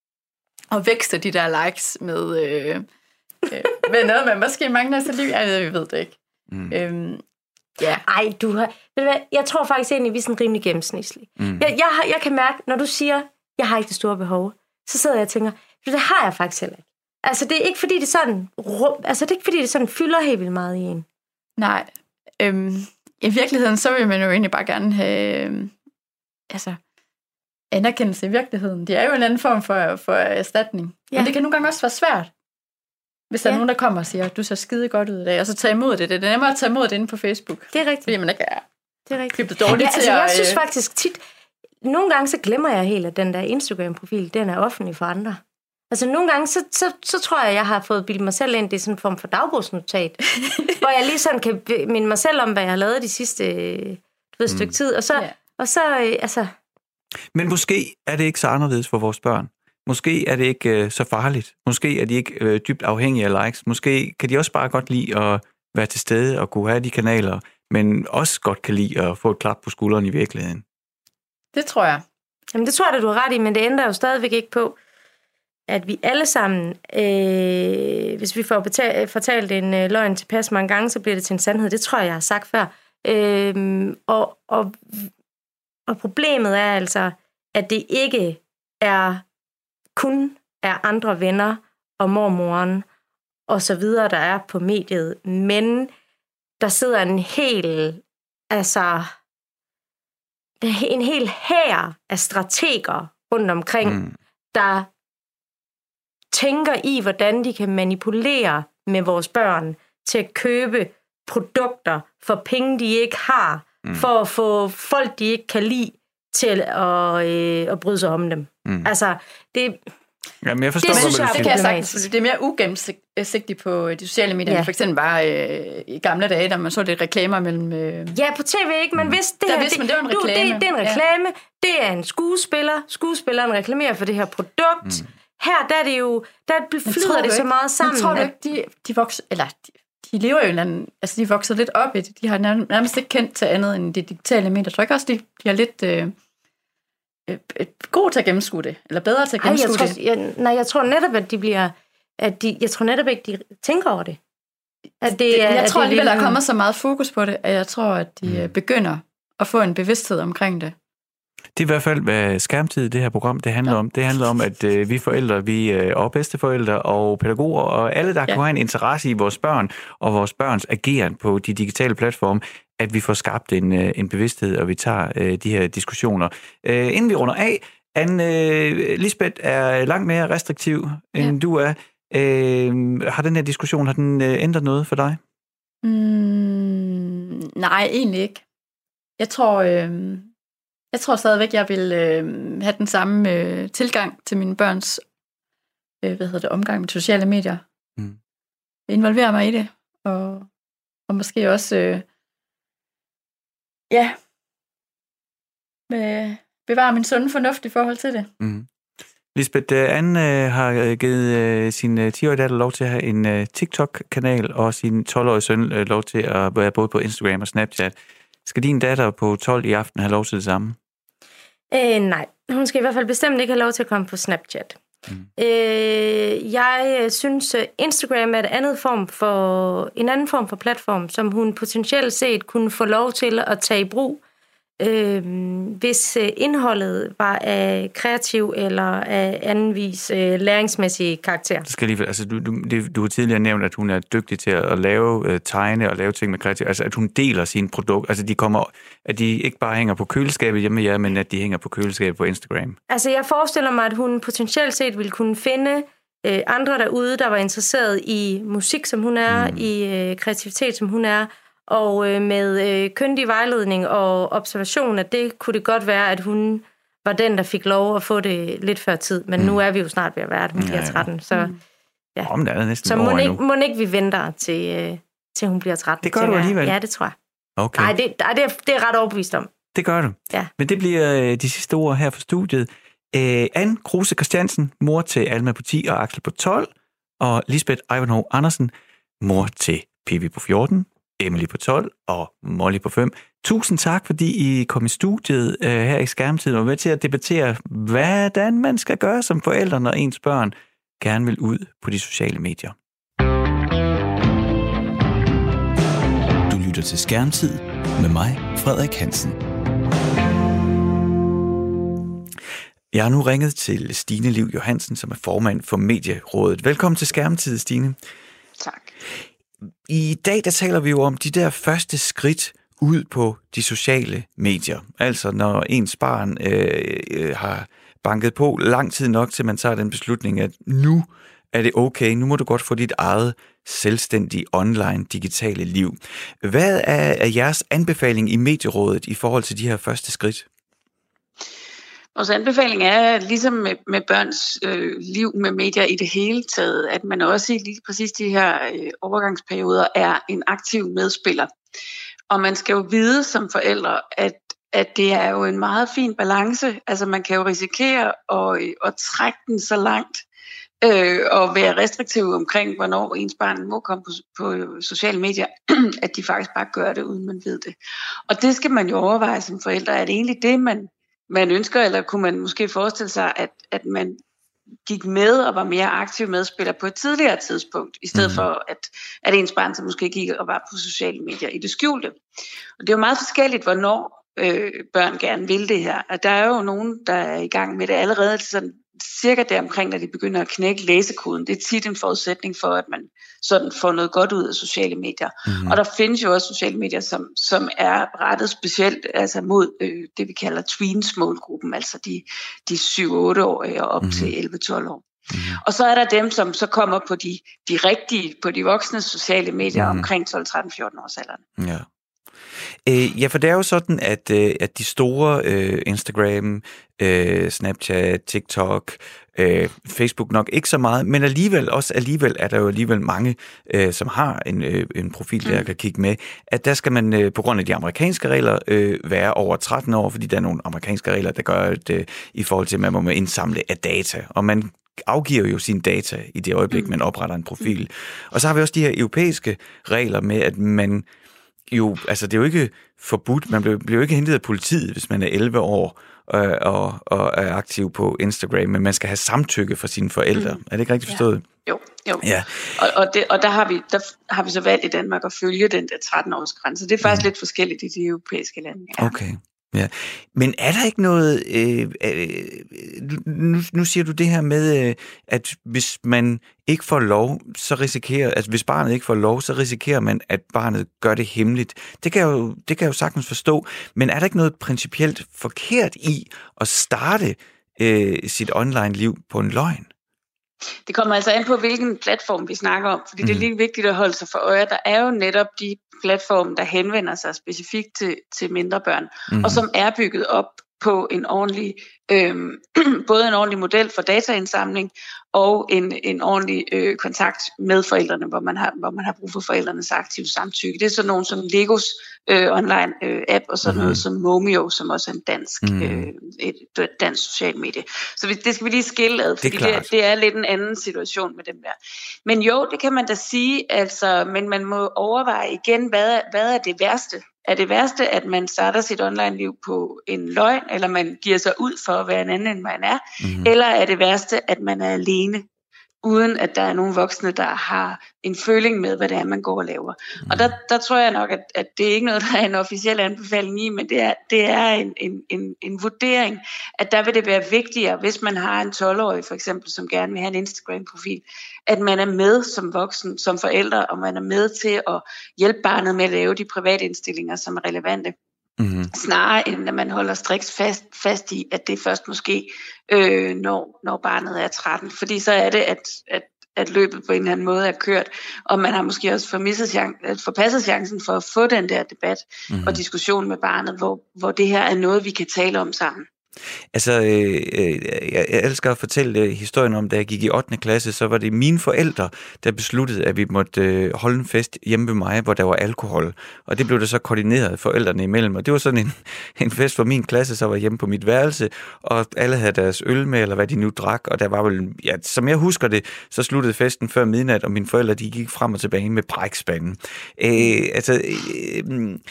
at vækste de der likes med, øh, øh, med noget, man måske mangler sig liv. Jeg ved det ikke. Mm. Øhm, ja. Ej, du har... Ved du hvad, jeg tror faktisk egentlig, vi er sådan rimelig gennemsnitlige. Mm. Jeg, jeg, har, jeg kan mærke, når du siger, jeg har ikke det store behov, så sidder jeg og tænker, det har jeg faktisk heller ikke. Altså, det er ikke, fordi det sådan, altså, det er ikke, fordi det sådan fylder helt vildt meget i en. Nej. Øhm, I virkeligheden, så vil man jo egentlig bare gerne have øhm, altså, anerkendelse i virkeligheden. Det er jo en anden form for, for erstatning. Ja. Men det kan nogle gange også være svært. Hvis der ja. er nogen, der kommer og siger, du ser skide godt ud i dag, og så tager imod det. Det er nemmere at tage imod det inde på Facebook. Det er rigtigt. Fordi man ikke er, det er rigtigt. er dårligt ja, altså, til jeg at... synes faktisk tit, nogle gange så glemmer jeg helt, at den der Instagram-profil, den er offentlig for andre. Altså nogle gange, så, så, så tror jeg, jeg har fået bildet mig selv ind, det er sådan en form for dagbogsnotat, hvor jeg lige sådan kan minde mig selv om, hvad jeg har lavet de sidste du ved, stykke mm. tid, og så, ja. og så altså... Men måske er det ikke så anderledes for vores børn. Måske er det ikke øh, så farligt. Måske er de ikke øh, dybt afhængige af likes. Måske kan de også bare godt lide at være til stede og kunne have de kanaler, men også godt kan lide at få et klap på skulderen i virkeligheden. Det tror jeg. Jamen det tror jeg, du har ret i, men det ændrer jo stadigvæk ikke på, at vi alle sammen, øh, hvis vi får betalt, fortalt en øh, løgn tilpas mange gange, så bliver det til en sandhed. Det tror jeg, jeg har sagt før. Øh, og, og, og problemet er altså, at det ikke er kun er andre venner og mormoren og så videre, der er på mediet, men der sidder en hel, altså en hel hær af strateger rundt omkring, mm. der tænker i, hvordan de kan manipulere med vores børn til at købe produkter for penge, de ikke har, mm. for at få folk, de ikke kan lide, til at, øh, at bryde sig om dem. Mm. Altså, det... Jamen, jeg forstår, det synes jeg det kan jeg sagtens. Det er mere ugennemsigtigt på de sociale medier, ja. For eksempel bare øh, i gamle dage, da man så det reklamer mellem... Øh... Ja, på tv, ikke? Man vidste, det der her, vidste man, det var en du, reklame. Det, det er en reklame, ja. Det er en skuespiller. Skuespilleren reklamerer for det her produkt. Mm. Her, der er det jo... Der flyder det så meget sammen. Jeg tror du ikke, de, de vokser... Eller, de, de lever jo en anden... Altså, de vokser lidt op i det. De har nærmest ikke kendt til andet end det digitale medier. Jeg tror ikke også, de, de har lidt... Øh, god til at gennemskue det, eller bedre til at gennemskue Ej, jeg tror, det. Jeg, nej, jeg tror netop, at de bliver... At de, jeg tror netop ikke, de tænker over det. At det, det jeg at tror det alligevel, der er kommet så meget fokus på det, at jeg tror, at de mm. begynder at få en bevidsthed omkring det. Det er i hvert fald, hvad skærmtid i det her program, det handler ja. om. Det handler om, at øh, vi forældre, vi øh, og bedsteforældre og pædagoger, og alle, der ja. kan have en interesse i vores børn, og vores børns ageren på de digitale platforme, at vi får skabt en, øh, en bevidsthed, og vi tager øh, de her diskussioner. Øh, inden vi runder af, Anne øh, Lisbeth er langt mere restriktiv, end ja. du er. Øh, har den her diskussion, har den øh, ændret noget for dig? Mm, nej, egentlig ikke. Jeg tror... Øh... Jeg tror stadigvæk, jeg vil øh, have den samme øh, tilgang til mine børns øh, hvad hedder det, omgang med sociale medier. Mm. Involvere mig i det, og, og måske også øh, ja, med, bevare min sunde fornuft i forhold til det. Mm. Lisbeth, Anne øh, har givet øh, sin øh, ti-årige datter lov til at have en øh, TikTok-kanal, og sin tolv-årige søn øh, lov til at være både på Instagram og Snapchat. Skal din datter på tolv i aften have lov til det samme? Øh, nej, hun skal i hvert fald bestemt ikke have lov til at komme på Snapchat. Mm. Øh, jeg synes, Instagram er et andet form for, en anden form for platform, som hun potentielt set kunne få lov til at tage i brug, øh, hvis indholdet var af kreativ eller af andenvis øh, læringsmæssig karakter. Det skal lige, altså, du, du, du har tidligere nævnt, at hun er dygtig til at lave uh, tegne og lave ting med kreativ, altså at hun deler sine produkter, altså de kommer, at de ikke bare hænger på køleskabet hjemme med jer, men at de hænger på køleskabet på Instagram. Altså jeg forestiller mig, at hun potentielt set ville kunne finde øh, andre derude, der var interesseret i musik, som hun er, mm. i øh, kreativitet, som hun er, og øh, med øh, kyndig vejledning og observation, at det kunne det godt være, at hun var den, der fik lov at få det lidt før tid. Men mm. nu er vi jo snart ved at være, at hun bliver tretten. Så, ja. Om det er næsten så må ikke, må ikke vi venter til, øh, til hun bliver tretten. Det gør du alligevel? Ja, det tror jeg. Okay. Nej, det, det, er, det er ret overbevist om. Det gør du. Ja. Men det bliver de sidste ord her for studiet. Øh, Anne Kruse Christiansen, mor til Alma på ti og Axel på tolv, og Lisbeth Ivanhoe Andersen, mor til Pippi på fjorten, Emily på tolv og Molly på fem. Tusind tak, fordi I kom i studiet uh, her i Skærmtid og var med til at debattere, hvordan man skal gøre som forældre, når ens børn gerne vil ud på de sociale medier. Du lytter til Skærmtid med mig, Frederik Hansen. Jeg har nu ringet til Stine Liv Johansen, som er formand for Medierådet. Velkommen til Skærmtid, Stine. Tak. I dag der taler vi jo om de der første skridt ud på de sociale medier. Altså når ens barn øh, øh, har banket på lang tid nok, til man tager den beslutning, at nu er det okay, nu må du godt få dit eget selvstændige online digitale liv. Hvad er, er jeres anbefaling i Medierådet i forhold til de her første skridt? Vores anbefaling er, ligesom med, med børns øh, liv med medier i det hele taget, at man også i lige præcis de her øh, overgangsperioder er en aktiv medspiller. Og man skal jo vide som forældre, at, at det er jo en meget fin balance. Altså man kan jo risikere at, øh, at trække den så langt, øh, og være restriktiv omkring, hvornår ens barn må komme på, på sociale medier, at de faktisk bare gør det, uden man ved det. Og det skal man jo overveje som forældre. Er det egentlig det, man... man ønsker, eller kunne man måske forestille sig, at, at man gik med og var mere aktiv medspiller på et tidligere tidspunkt, i stedet mm. for, at, at ens barn så måske gik og var på sociale medier i det skjulte. Og det er jo meget forskelligt, hvornår øh, børn gerne vil det her. Og der er jo nogen, der er i gang med det allerede sådan, cirka deromkring, når de begynder at knække læsekoden. Det er tit en forudsætning for, at man sådan får noget godt ud af sociale medier. Mm-hmm. Og der findes jo også sociale medier, som, som er rettet specielt altså mod øh, det, vi kalder tweens-målgruppen, altså de, de syv-otte-årige og op mm-hmm. til elleve-tolv år. Mm. Og så er der dem, som så kommer på de, de rigtige, på de voksne sociale medier mm. omkring tolv, tretten, fjorten års alderen. Ja. Øh, ja, for det er jo sådan, at, øh, at de store øh, Instagram, øh, Snapchat, TikTok, øh, Facebook nok ikke så meget, men alligevel også alligevel er der jo alligevel mange, øh, som har en, øh, en profil, der mm. kan kigge med, at der skal man øh, på grund af de amerikanske regler øh, være over tretten år, fordi der er nogle amerikanske regler, der gør, at øh, i forhold til, at man må indsamle af data, og man afgiver jo sine data i det øjeblik, mm. man opretter en profil. Og så har vi også de her europæiske regler med, at man jo, altså det er jo ikke forbudt, man bliver, bliver jo ikke hentet af politiet, hvis man er elleve år øh, og, og er aktiv på Instagram, men man skal have samtykke fra sine forældre. Mm. Er det ikke rigtigt forstået? Ja. Jo, jo. Ja. Og, og, det, og der, har vi, der har vi så valgt i Danmark at følge den der tretten-års grænse. Det er faktisk mm. lidt forskelligt i de europæiske lande. Ja. Okay. Ja, men er der ikke noget, øh, øh, nu, nu siger du det her med, øh, at hvis man ikke får lov, så risikerer, altså hvis barnet ikke får lov, så risikerer man, at barnet gør det hemmeligt. Det kan jeg jo, det kan jeg jo sagtens forstå, men er der ikke noget principielt forkert i at starte øh, sit online-liv på en løgn? Det kommer altså an på, hvilken platform vi snakker om, fordi mm. det er lige vigtigt at holde sig for øje. Der er jo netop de platforme, der henvender sig specifikt til, til mindre børn, mm. og som er bygget op på en ordentlig, øhm, både en ordentlig model for dataindsamling og en, en ordentlig øh, kontakt med forældrene, hvor man, har, hvor man har brug for forældrenes aktive samtykke. Det er sådan nogle som Legos øh, online øh, app, og sådan mm. noget som Momio, som også er en dansk, mm. øh, et, et dansk social medie. Så det skal vi lige skille ad, fordi det er, det, det er lidt en anden situation med dem der. Men jo, det kan man da sige, altså, men man må overveje igen, hvad, hvad er det værste? Er det værste, at man starter sit online-liv på en løgn, eller man giver sig ud for at være en anden, end man er? Mm-hmm. Eller er det værste, at man er alene, uden at der er nogen voksne, der har en føling med, hvad det er, man går og laver? Mm-hmm. Og der, der tror jeg nok, at, at det er ikke noget, der er en officiel anbefaling i, men det er, det er en, en, en, en vurdering, at der vil det være vigtigere, hvis man har en tolv-årig for eksempel, som gerne vil have en Instagram-profil, at man er med som voksen, som forældre, og man er med til at hjælpe barnet med at lave de private indstillinger, som er relevante. Mm-hmm. Snarere end at man holder striks fast, fast i, at det først måske, øh, når, når barnet er tretten. Fordi så er det, at, at, at løbet på en eller anden måde er kørt, og man har måske også formisset chan- forpasset chancen for at få den der debat mm-hmm. og diskussion med barnet, hvor, hvor det her er noget, vi kan tale om sammen. Altså, øh, jeg, jeg elsker at fortælle øh, historien om, da jeg gik i ottende klasse, så var det mine forældre, der besluttede, at vi måtte øh, holde en fest hjemme ved mig, hvor der var alkohol. Og det blev der så koordineret forældrene imellem. Og det var sådan en, en fest, hvor min klasse så var hjemme på mit værelse, og alle havde deres øl med, eller hvad de nu drak. Og der var vel, ja, som jeg husker det, så sluttede festen før midnat, og mine forældre, de gik frem og tilbage med brækspanden. Øh, altså, øh, øh,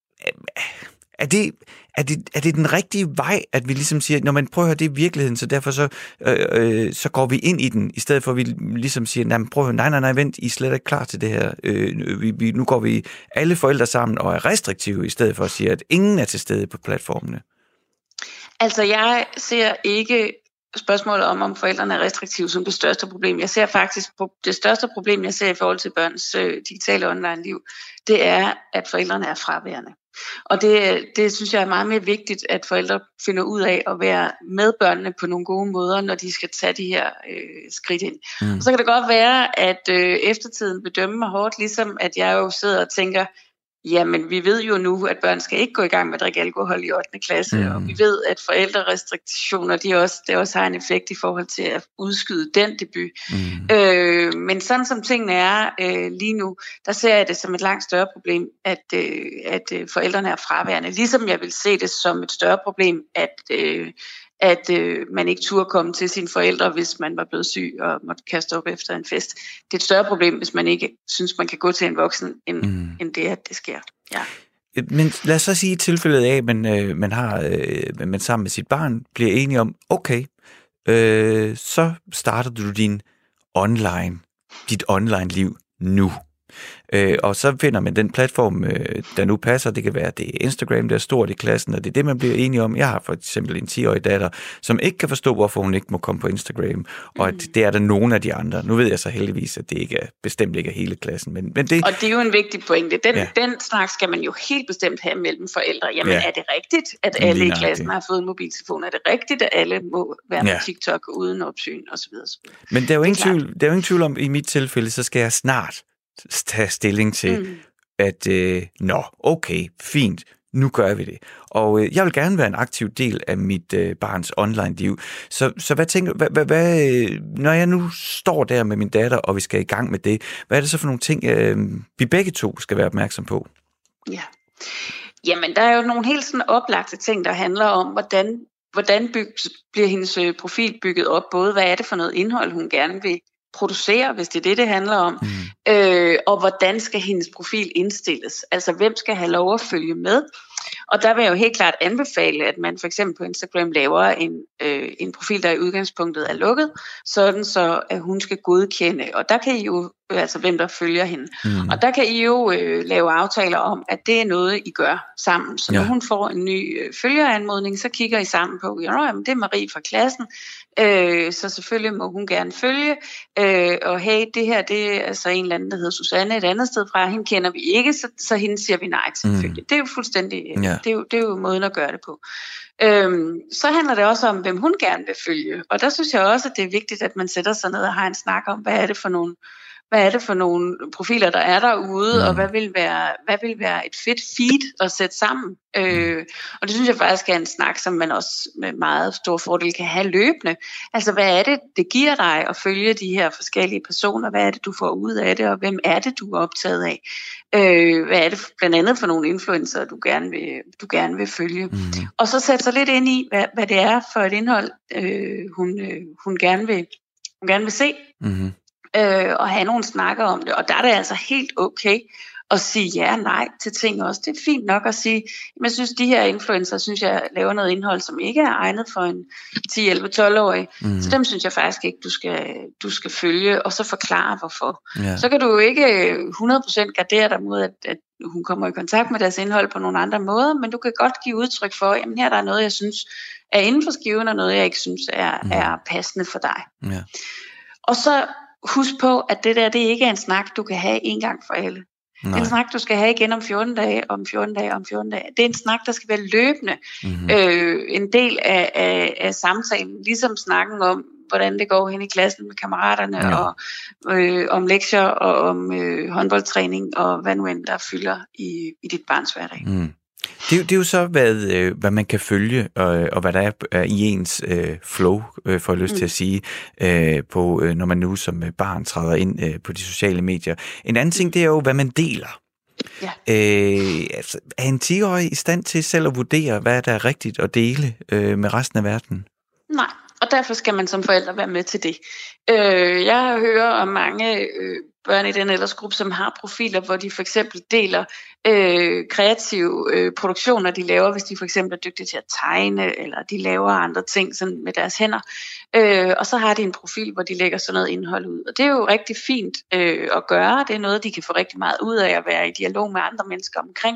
er det... Er det, er det den rigtige vej, at vi ligesom siger, når man prøver at høre, det er virkeligheden, så derfor så, øh, øh, så går vi ind i den, i stedet for at vi ligesom siger, nej, prøv at høre, nej, nej, nej, vent, I er slet ikke klar til det her. Øh, vi, vi, nu går vi alle forældre sammen og er restriktive, i stedet for at sige, at ingen er til stede på platformene. Altså, jeg ser ikke spørgsmålet om, om forældrene er restriktive som det største problem. Jeg ser faktisk, det største problem, jeg ser i forhold til børns øh, digitale online-liv, det er, at forældrene er fraværende. Og det, det synes jeg er meget mere vigtigt, at forældre finder ud af at være med børnene på nogle gode måder, når de skal tage de her øh, skridt ind. Mm. Og så kan det godt være, at øh, eftertiden bedømmer mig hårdt, ligesom at jeg jo sidder og tænker, jamen vi ved jo nu, at børn skal ikke gå i gang med at drikke alkohol i ottende klasse, mm. og vi ved, at forældrerestriktioner, de også, det også har en effekt i forhold til at udskyde den debut. Mm. Øh, men sådan som tingene er øh, lige nu, der ser jeg det som et langt større problem, at, øh, at øh, forældrene er fraværende. Ligesom jeg vil se det som et større problem, at øh, at øh, man ikke turde komme til sine forældre, hvis man var blevet syg og måtte kaste op efter en fest. Det er et større problem, hvis man ikke synes, man kan gå til en voksen, end, mm. end det, at det sker. Ja. Men lad os så sige i tilfældet af, at man, øh, man, har, øh, man sammen med sit barn bliver enige om, okay, øh, så starter du din online, dit online-liv nu. Øh, og så finder man den platform, øh, der nu passer. Det kan være, at det er Instagram, der er stort i klassen, og det er det, man bliver enige om. Jeg har for eksempel en ti-årig datter, som ikke kan forstå, hvorfor hun ikke må komme på Instagram, og at det er der nogen af de andre. Nu ved jeg så heldigvis, at det ikke er, bestemt ikke er hele klassen. Men, men det... Og det er jo en vigtig pointe. Den, ja. den snak skal man jo helt bestemt have mellem forældre. Jamen, ja. er det rigtigt, at Lige alle i nok, klassen det. har fået en mobiltelefon? Er det rigtigt, at alle må være ja. på TikTok uden opsyn osv.? Men der er jo ingen klart. tvivl, der er jo ingen tvivl om, i mit tilfælde, så skal jeg snart tage stilling til, mm. at øh, nå, okay, fint, nu gør vi det. Og øh, jeg vil gerne være en aktiv del af mit øh, barns online-liv. Så, så hvad tænker hvad, hvad, hvad, øh, når jeg nu står der med min datter, og vi skal i gang med det, hvad er det så for nogle ting, øh, vi begge to skal være opmærksom på? Ja, jamen der er jo nogle helt sådan oplagte ting, der handler om, hvordan, hvordan byg, bliver hendes profil bygget op, både hvad er det for noget indhold, hun gerne vil producere, hvis det er det, det handler om, mm. øh, og hvordan skal hendes profil indstilles, altså hvem skal have lov at følge med. Og der vil jeg jo helt klart anbefale, at man for eksempel på Instagram laver en, øh, en profil, der i udgangspunktet er lukket, sådan så at hun skal godkende. Og der kan I jo, altså hvem der følger hende. Mm. Og der kan I jo øh, lave aftaler om, at det er noget, I gør sammen. Så ja. Når hun får en ny øh, følgeranmodning, så kigger I sammen på, jamen det er Marie fra klassen, øh, så selvfølgelig må hun gerne følge. Øh, og hey, det her, det er altså en eller anden, der hedder Susanne et andet sted fra. Hende kender vi ikke, så, så hende siger vi nej til. Mm. Det er jo fuldstændig, ja. det, er jo, det er jo måden at gøre det på. Øhm, så handler det også om, hvem hun gerne vil følge. Og der synes jeg også, at det er vigtigt, at man sætter sig ned og har en snak om, hvad er det for nogle, hvad er det for nogle profiler, der er derude, mm. og hvad vil, være, hvad vil være et fedt feed at sætte sammen. Øh, og det synes jeg faktisk er en snak, som man også med meget stor fordel kan have løbende. Altså, hvad er det, det giver dig at følge de her forskellige personer? Hvad er det, du får ud af det, og hvem er det, du er optaget af? Øh, hvad er det blandt andet for nogle influencer, du gerne vil, du gerne vil følge? Mm. Og så sætte sig lidt ind i, hvad, hvad det er for et indhold, øh, hun, øh, hun, gerne vil, hun gerne vil se. Mm. Øh, og have nogle snakker om det. Og der er det altså helt okay at sige ja og nej til ting også. Det er fint nok at sige, men jeg synes, de her influencer, synes jeg, laver noget indhold, som ikke er egnet for en ti elleve tolv-årig. Mm. Så dem synes jeg faktisk ikke, du skal, du skal følge, og så forklare, hvorfor. Yeah. Så kan du jo ikke hundrede procent gardere dig mod, at, at hun kommer i kontakt med deres indhold på nogle andre måder, men du kan godt give udtryk for, jamen her der er noget, jeg synes er inden for skiven, og noget, jeg ikke synes er, mm. er passende for dig. Yeah. Og så husk på, at det der, det ikke er en snak, du kan have en gang for alle. Nej. En snak, du skal have igen om fjorten dage, om fjorten dage, om fjorten dage. Det er en snak, der skal være løbende. Mm-hmm. Øh, en del af, af, af samtalen, ligesom snakken om, hvordan det går hen i klassen med kammeraterne, ja. og øh, om lektier, og om øh, håndboldtræning, og hvad nu end der fylder i, i dit barns hverdag. Mm. Det, det er jo så, hvad, øh, hvad man kan følge, og, og hvad der er, er i ens øh, flow, øh, får jeg lyst mm. til at sige, øh, på, øh, når man nu som barn træder ind øh, på de sociale medier. En anden ting, det er jo, hvad man deler. Ja. Øh, altså, er en ti-årig i stand til selv at vurdere, hvad der er rigtigt at dele øh, med resten af verden? Nej, og derfor skal man som forældre være med til det. Øh, jeg hører om mange øh, børn i den aldersgruppe, som har profiler, hvor de for eksempel deler øh, kreative øh, produktioner, de laver, hvis de for eksempel er dygtige til at tegne, eller de laver andre ting sådan med deres hænder. Øh, og så har de en profil, hvor de lægger sådan noget indhold ud. Og det er jo rigtig fint øh, at gøre. Det er noget, de kan få rigtig meget ud af at være i dialog med andre mennesker omkring.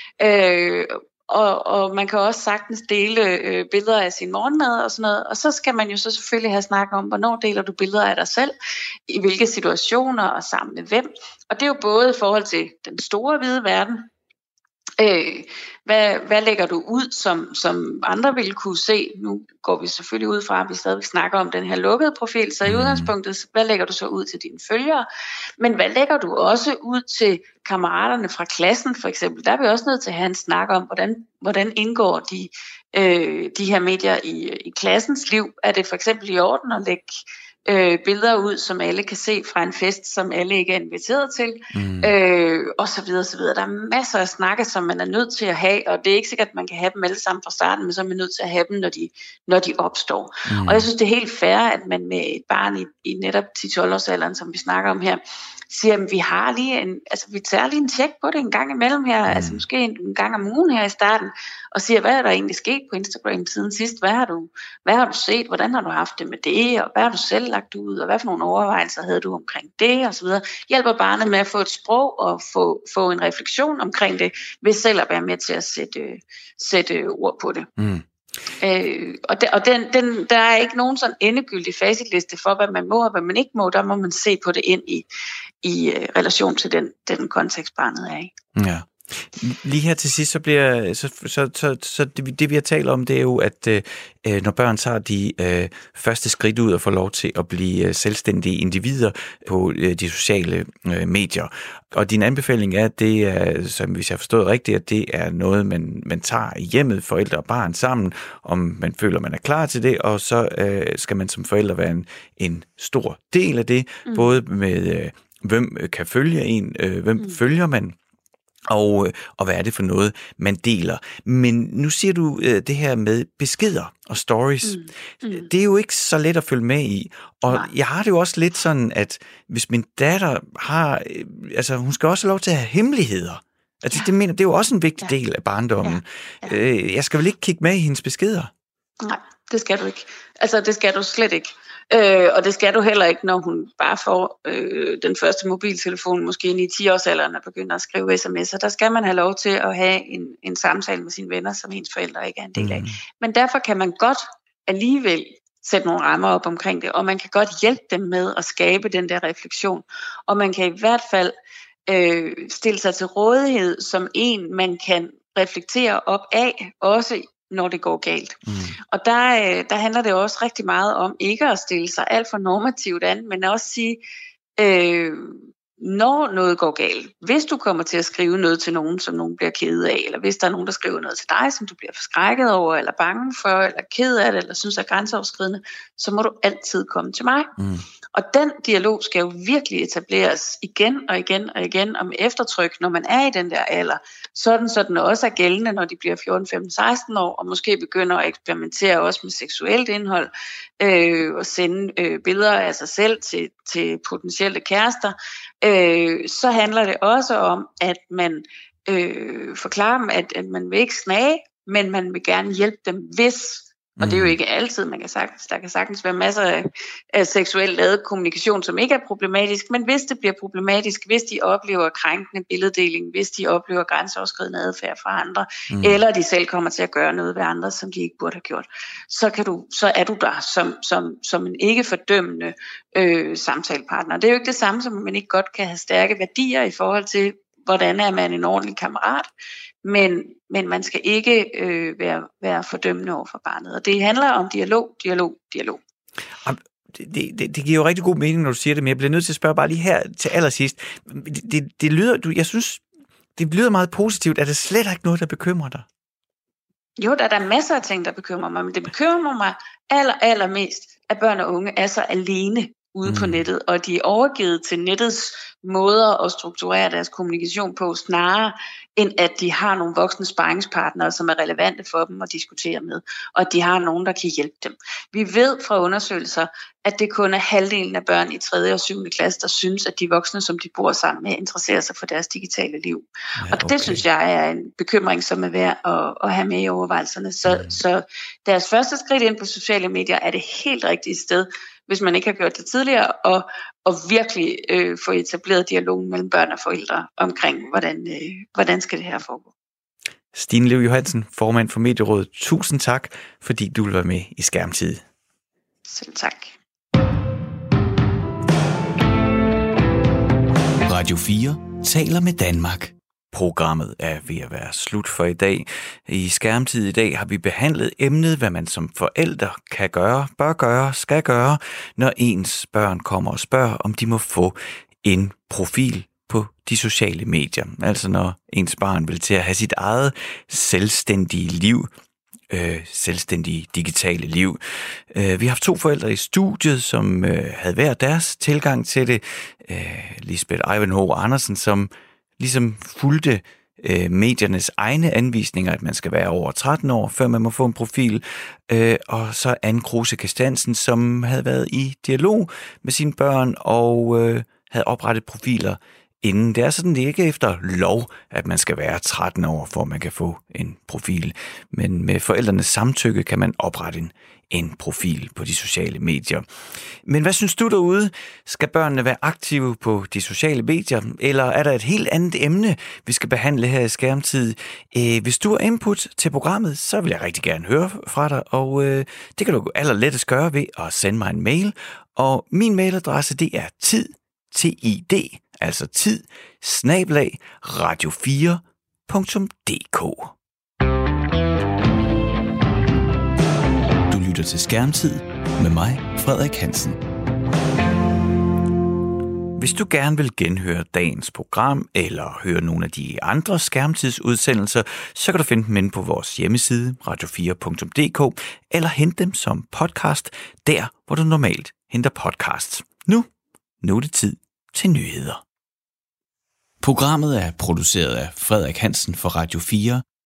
Øh, Og, og man kan også sagtens dele øh, billeder af sin morgenmad og sådan noget. Og så skal man jo så selvfølgelig have snakket om, hvornår deler du billeder af dig selv, i hvilke situationer og sammen med hvem. Og det er jo både i forhold til den store hvide verden. Øh, hvad, hvad lægger du ud, som, som andre ville kunne se? Nu går vi selvfølgelig ud fra, at vi stadig snakker om den her lukkede profil. Så i udgangspunktet, hvad lægger du så ud til dine følgere? Men hvad lægger du også ud til kammeraterne fra klassen for eksempel? Der er vi også nødt til at have en snak om, hvordan, hvordan indgår de, øh, de her medier i, i klassens liv. Er det for eksempel i orden at lægge Øh, billeder ud, som alle kan se fra en fest, som alle ikke er inviteret til, mm. øh, og så videre, så videre. Der er masser af snakke, som man er nødt til at have, og det er ikke sikkert, at man kan have dem alle sammen fra starten, men så er man nødt til at have dem, når de, når de opstår. Mm. Og jeg synes, det er helt fair, at man med et barn i, i netop ti til tolv års alderen, som vi snakker om her, siger, at vi har lige en, altså vi tager lige en tjek på det en gang imellem her, mm. altså måske en, en gang om ugen her i starten, og siger, hvad er der egentlig sket på Instagram siden sidst, hvad har du, hvad har du set, hvordan har du haft det med det, og hvad har du selv lagt ud, og hvad for nogle overvejelser havde du omkring det, og så videre. Hjælper barnet med at få et sprog, og få, få en refleksion omkring det, ved selv at være med til at sætte, sætte ord på det. Mm. Øh, og de, og den, den, der er ikke nogen sådan endegyldig facitliste for, hvad man må og hvad man ikke må. Der må man se på det ind i, i uh, relation til den, den kontekst, barnet er i. Ja. Lige her til sidst, så bliver så, så, så, så det, det vi har talt om, det er jo, at øh, når børn tager de øh, første skridt ud og får lov til at blive øh, selvstændige individer på øh, de sociale øh, medier. Og din anbefaling er, at det er, som hvis jeg har forstået rigtigt, at det er noget, man, man tager i hjemmet, forældre og barn sammen, om man føler, man er klar til det, og så øh, skal man som forældre være en, en stor del af det, mm. både med, øh, hvem kan følge en, øh, hvem mm. følger man, Og, og hvad er det for noget, man deler. Men nu siger du øh, det her med beskeder og stories. Mm. Mm. Det er jo ikke så let at følge med i. Og Nej. Jeg har det jo også lidt sådan, at hvis min datter har... Øh, altså, hun skal også have lov til at have hemmeligheder. Altså, ja. det, mener, det er jo også en vigtig ja. del af barndommen. Ja. Ja. Øh, jeg skal vel ikke kigge med i hendes beskeder? Nej, det skal du ikke. Altså, det skal du slet ikke. Øh, og det skal du heller ikke, når hun bare får øh, den første mobiltelefon, måske i ti-årsalderen og begynder at skrive sms'er. Der skal man have lov til at have en, en samtale med sine venner, som ens forældre ikke er en del af. Mm. Men derfor kan man godt alligevel sætte nogle rammer op omkring det, og man kan godt hjælpe dem med at skabe den der refleksion. Og man kan i hvert fald øh, stille sig til rådighed som en, man kan reflektere op af, også når det går galt. Mm. Og der, der handler det også rigtig meget om ikke at stille sig alt for normativt an, men også sige, øh, når noget går galt, hvis du kommer til at skrive noget til nogen, som nogen bliver ked af, eller hvis der er nogen, der skriver noget til dig, som du bliver forskrækket over, eller bange for, eller ked af det, eller synes er grænseoverskridende, så må du altid komme til mig. Mm. Og den dialog skal jo virkelig etableres igen og igen og igen om eftertryk, når man er i den der alder, sådan så den også er gældende, når de bliver fjorten, femten, seksten år, og måske begynder at eksperimentere også med seksuelt indhold, øh, og sende øh, billeder af sig selv til, til potentielle kærester. Øh, så handler det også om, at man øh, forklarer dem, at, at man vil ikke snage, men man vil gerne hjælpe dem, hvis... Og det er jo ikke altid, man kan sagtens, der kan sagtens være masser af, af seksuelt lavet kommunikation, som ikke er problematisk, men hvis det bliver problematisk, hvis de oplever krænkende billeddeling, hvis de oplever grænseoverskridende adfærd fra andre, mm. eller de selv kommer til at gøre noget ved andre, som de ikke burde have gjort, så, kan du, så er du der som, som, som en ikke fordømmende øh, samtalepartner. Det er jo ikke det samme, som man ikke godt kan have stærke værdier i forhold til, hvordan er man en ordentlig kammerat, men, men man skal ikke øh, være, være fordømmende over for barnet. Og det handler om dialog, dialog, dialog. Det, det, det giver jo rigtig god mening, når du siger det, men jeg bliver nødt til at spørge bare lige her til allersidst. Det, det, det lyder, du, jeg synes, det lyder meget positivt. Er det slet ikke noget, der bekymrer dig? Jo, der er der masser af ting, der bekymrer mig, men det bekymrer mig aller, allermest, at børn og unge er så alene ude mm. på nettet, og de er overgivet til nettets måder at strukturere deres kommunikation på, snarere end at de har nogle voksne sparringspartnere, som er relevante for dem at diskutere med, og at de har nogen, der kan hjælpe dem. Vi ved fra undersøgelser, at det kun er halvdelen af børn i tredje og syvende klasse, der synes, at de voksne, som de bor sammen med, interesserer sig for deres digitale liv. Ja, okay. Og det synes jeg er en bekymring, som er værd at, at have med i overvejelserne. Så, mm. så deres første skridt ind på sociale medier er det helt rigtige sted, hvis man ikke har gjort det tidligere, og, og virkelig øh, få etableret dialogen mellem børn og forældre omkring, hvordan, øh, hvordan skal det her foregå. Stine Lev Johansen, formand for Medierådet. Tusind tak, fordi du vil være med i Skærmtid. Selv tak. Radio fire taler med Danmark. Programmet er ved at være slut for i dag. I Skærmtid i dag har vi behandlet emnet, hvad man som forælder kan gøre, bør gøre, skal gøre, når ens børn kommer og spørger, om de må få en profil på de sociale medier. Altså når ens barn vil til at have sit eget selvstændige liv, øh, selvstændige digitale liv. Øh, vi har haft to forældre i studiet, som øh, havde hver deres tilgang til det. Øh, Lisbeth Ivanhoe Andersen, som ligesom fulgte øh, mediernes egne anvisninger, at man skal være over tretten år, før man må få en profil. Øh, og så Anne Kruse Christiansen, som havde været i dialog med sine børn og øh, havde oprettet profiler inden. Det er sådan, det er ikke efter lov, at man skal være tretten år, for at man kan få en profil. Men med forældrenes samtykke kan man oprette en, en profil på de sociale medier. Men hvad synes du derude? Skal børnene være aktive på de sociale medier? Eller er der et helt andet emne, vi skal behandle her i Skærmtid? Øh, hvis du har input til programmet, så vil jeg rigtig gerne høre fra dig. Og øh, det kan du allerlettest gøre ved at sende mig en mail. Og min mailadresse, det er tid, tid, altså tid, snabel-a radio fire punktum d k. Du lytter til Skærmtid med mig, Frederik Hansen. Hvis du gerne vil genhøre dagens program, eller høre nogle af de andre skærmtidsudsendelser, så kan du finde dem inde på vores hjemmeside, radio fire punktum d k, eller hente dem som podcast, der hvor du normalt henter podcasts. Nu, nu er det tid til nyheder. Programmet er produceret af Frederik Hansen for Radio fire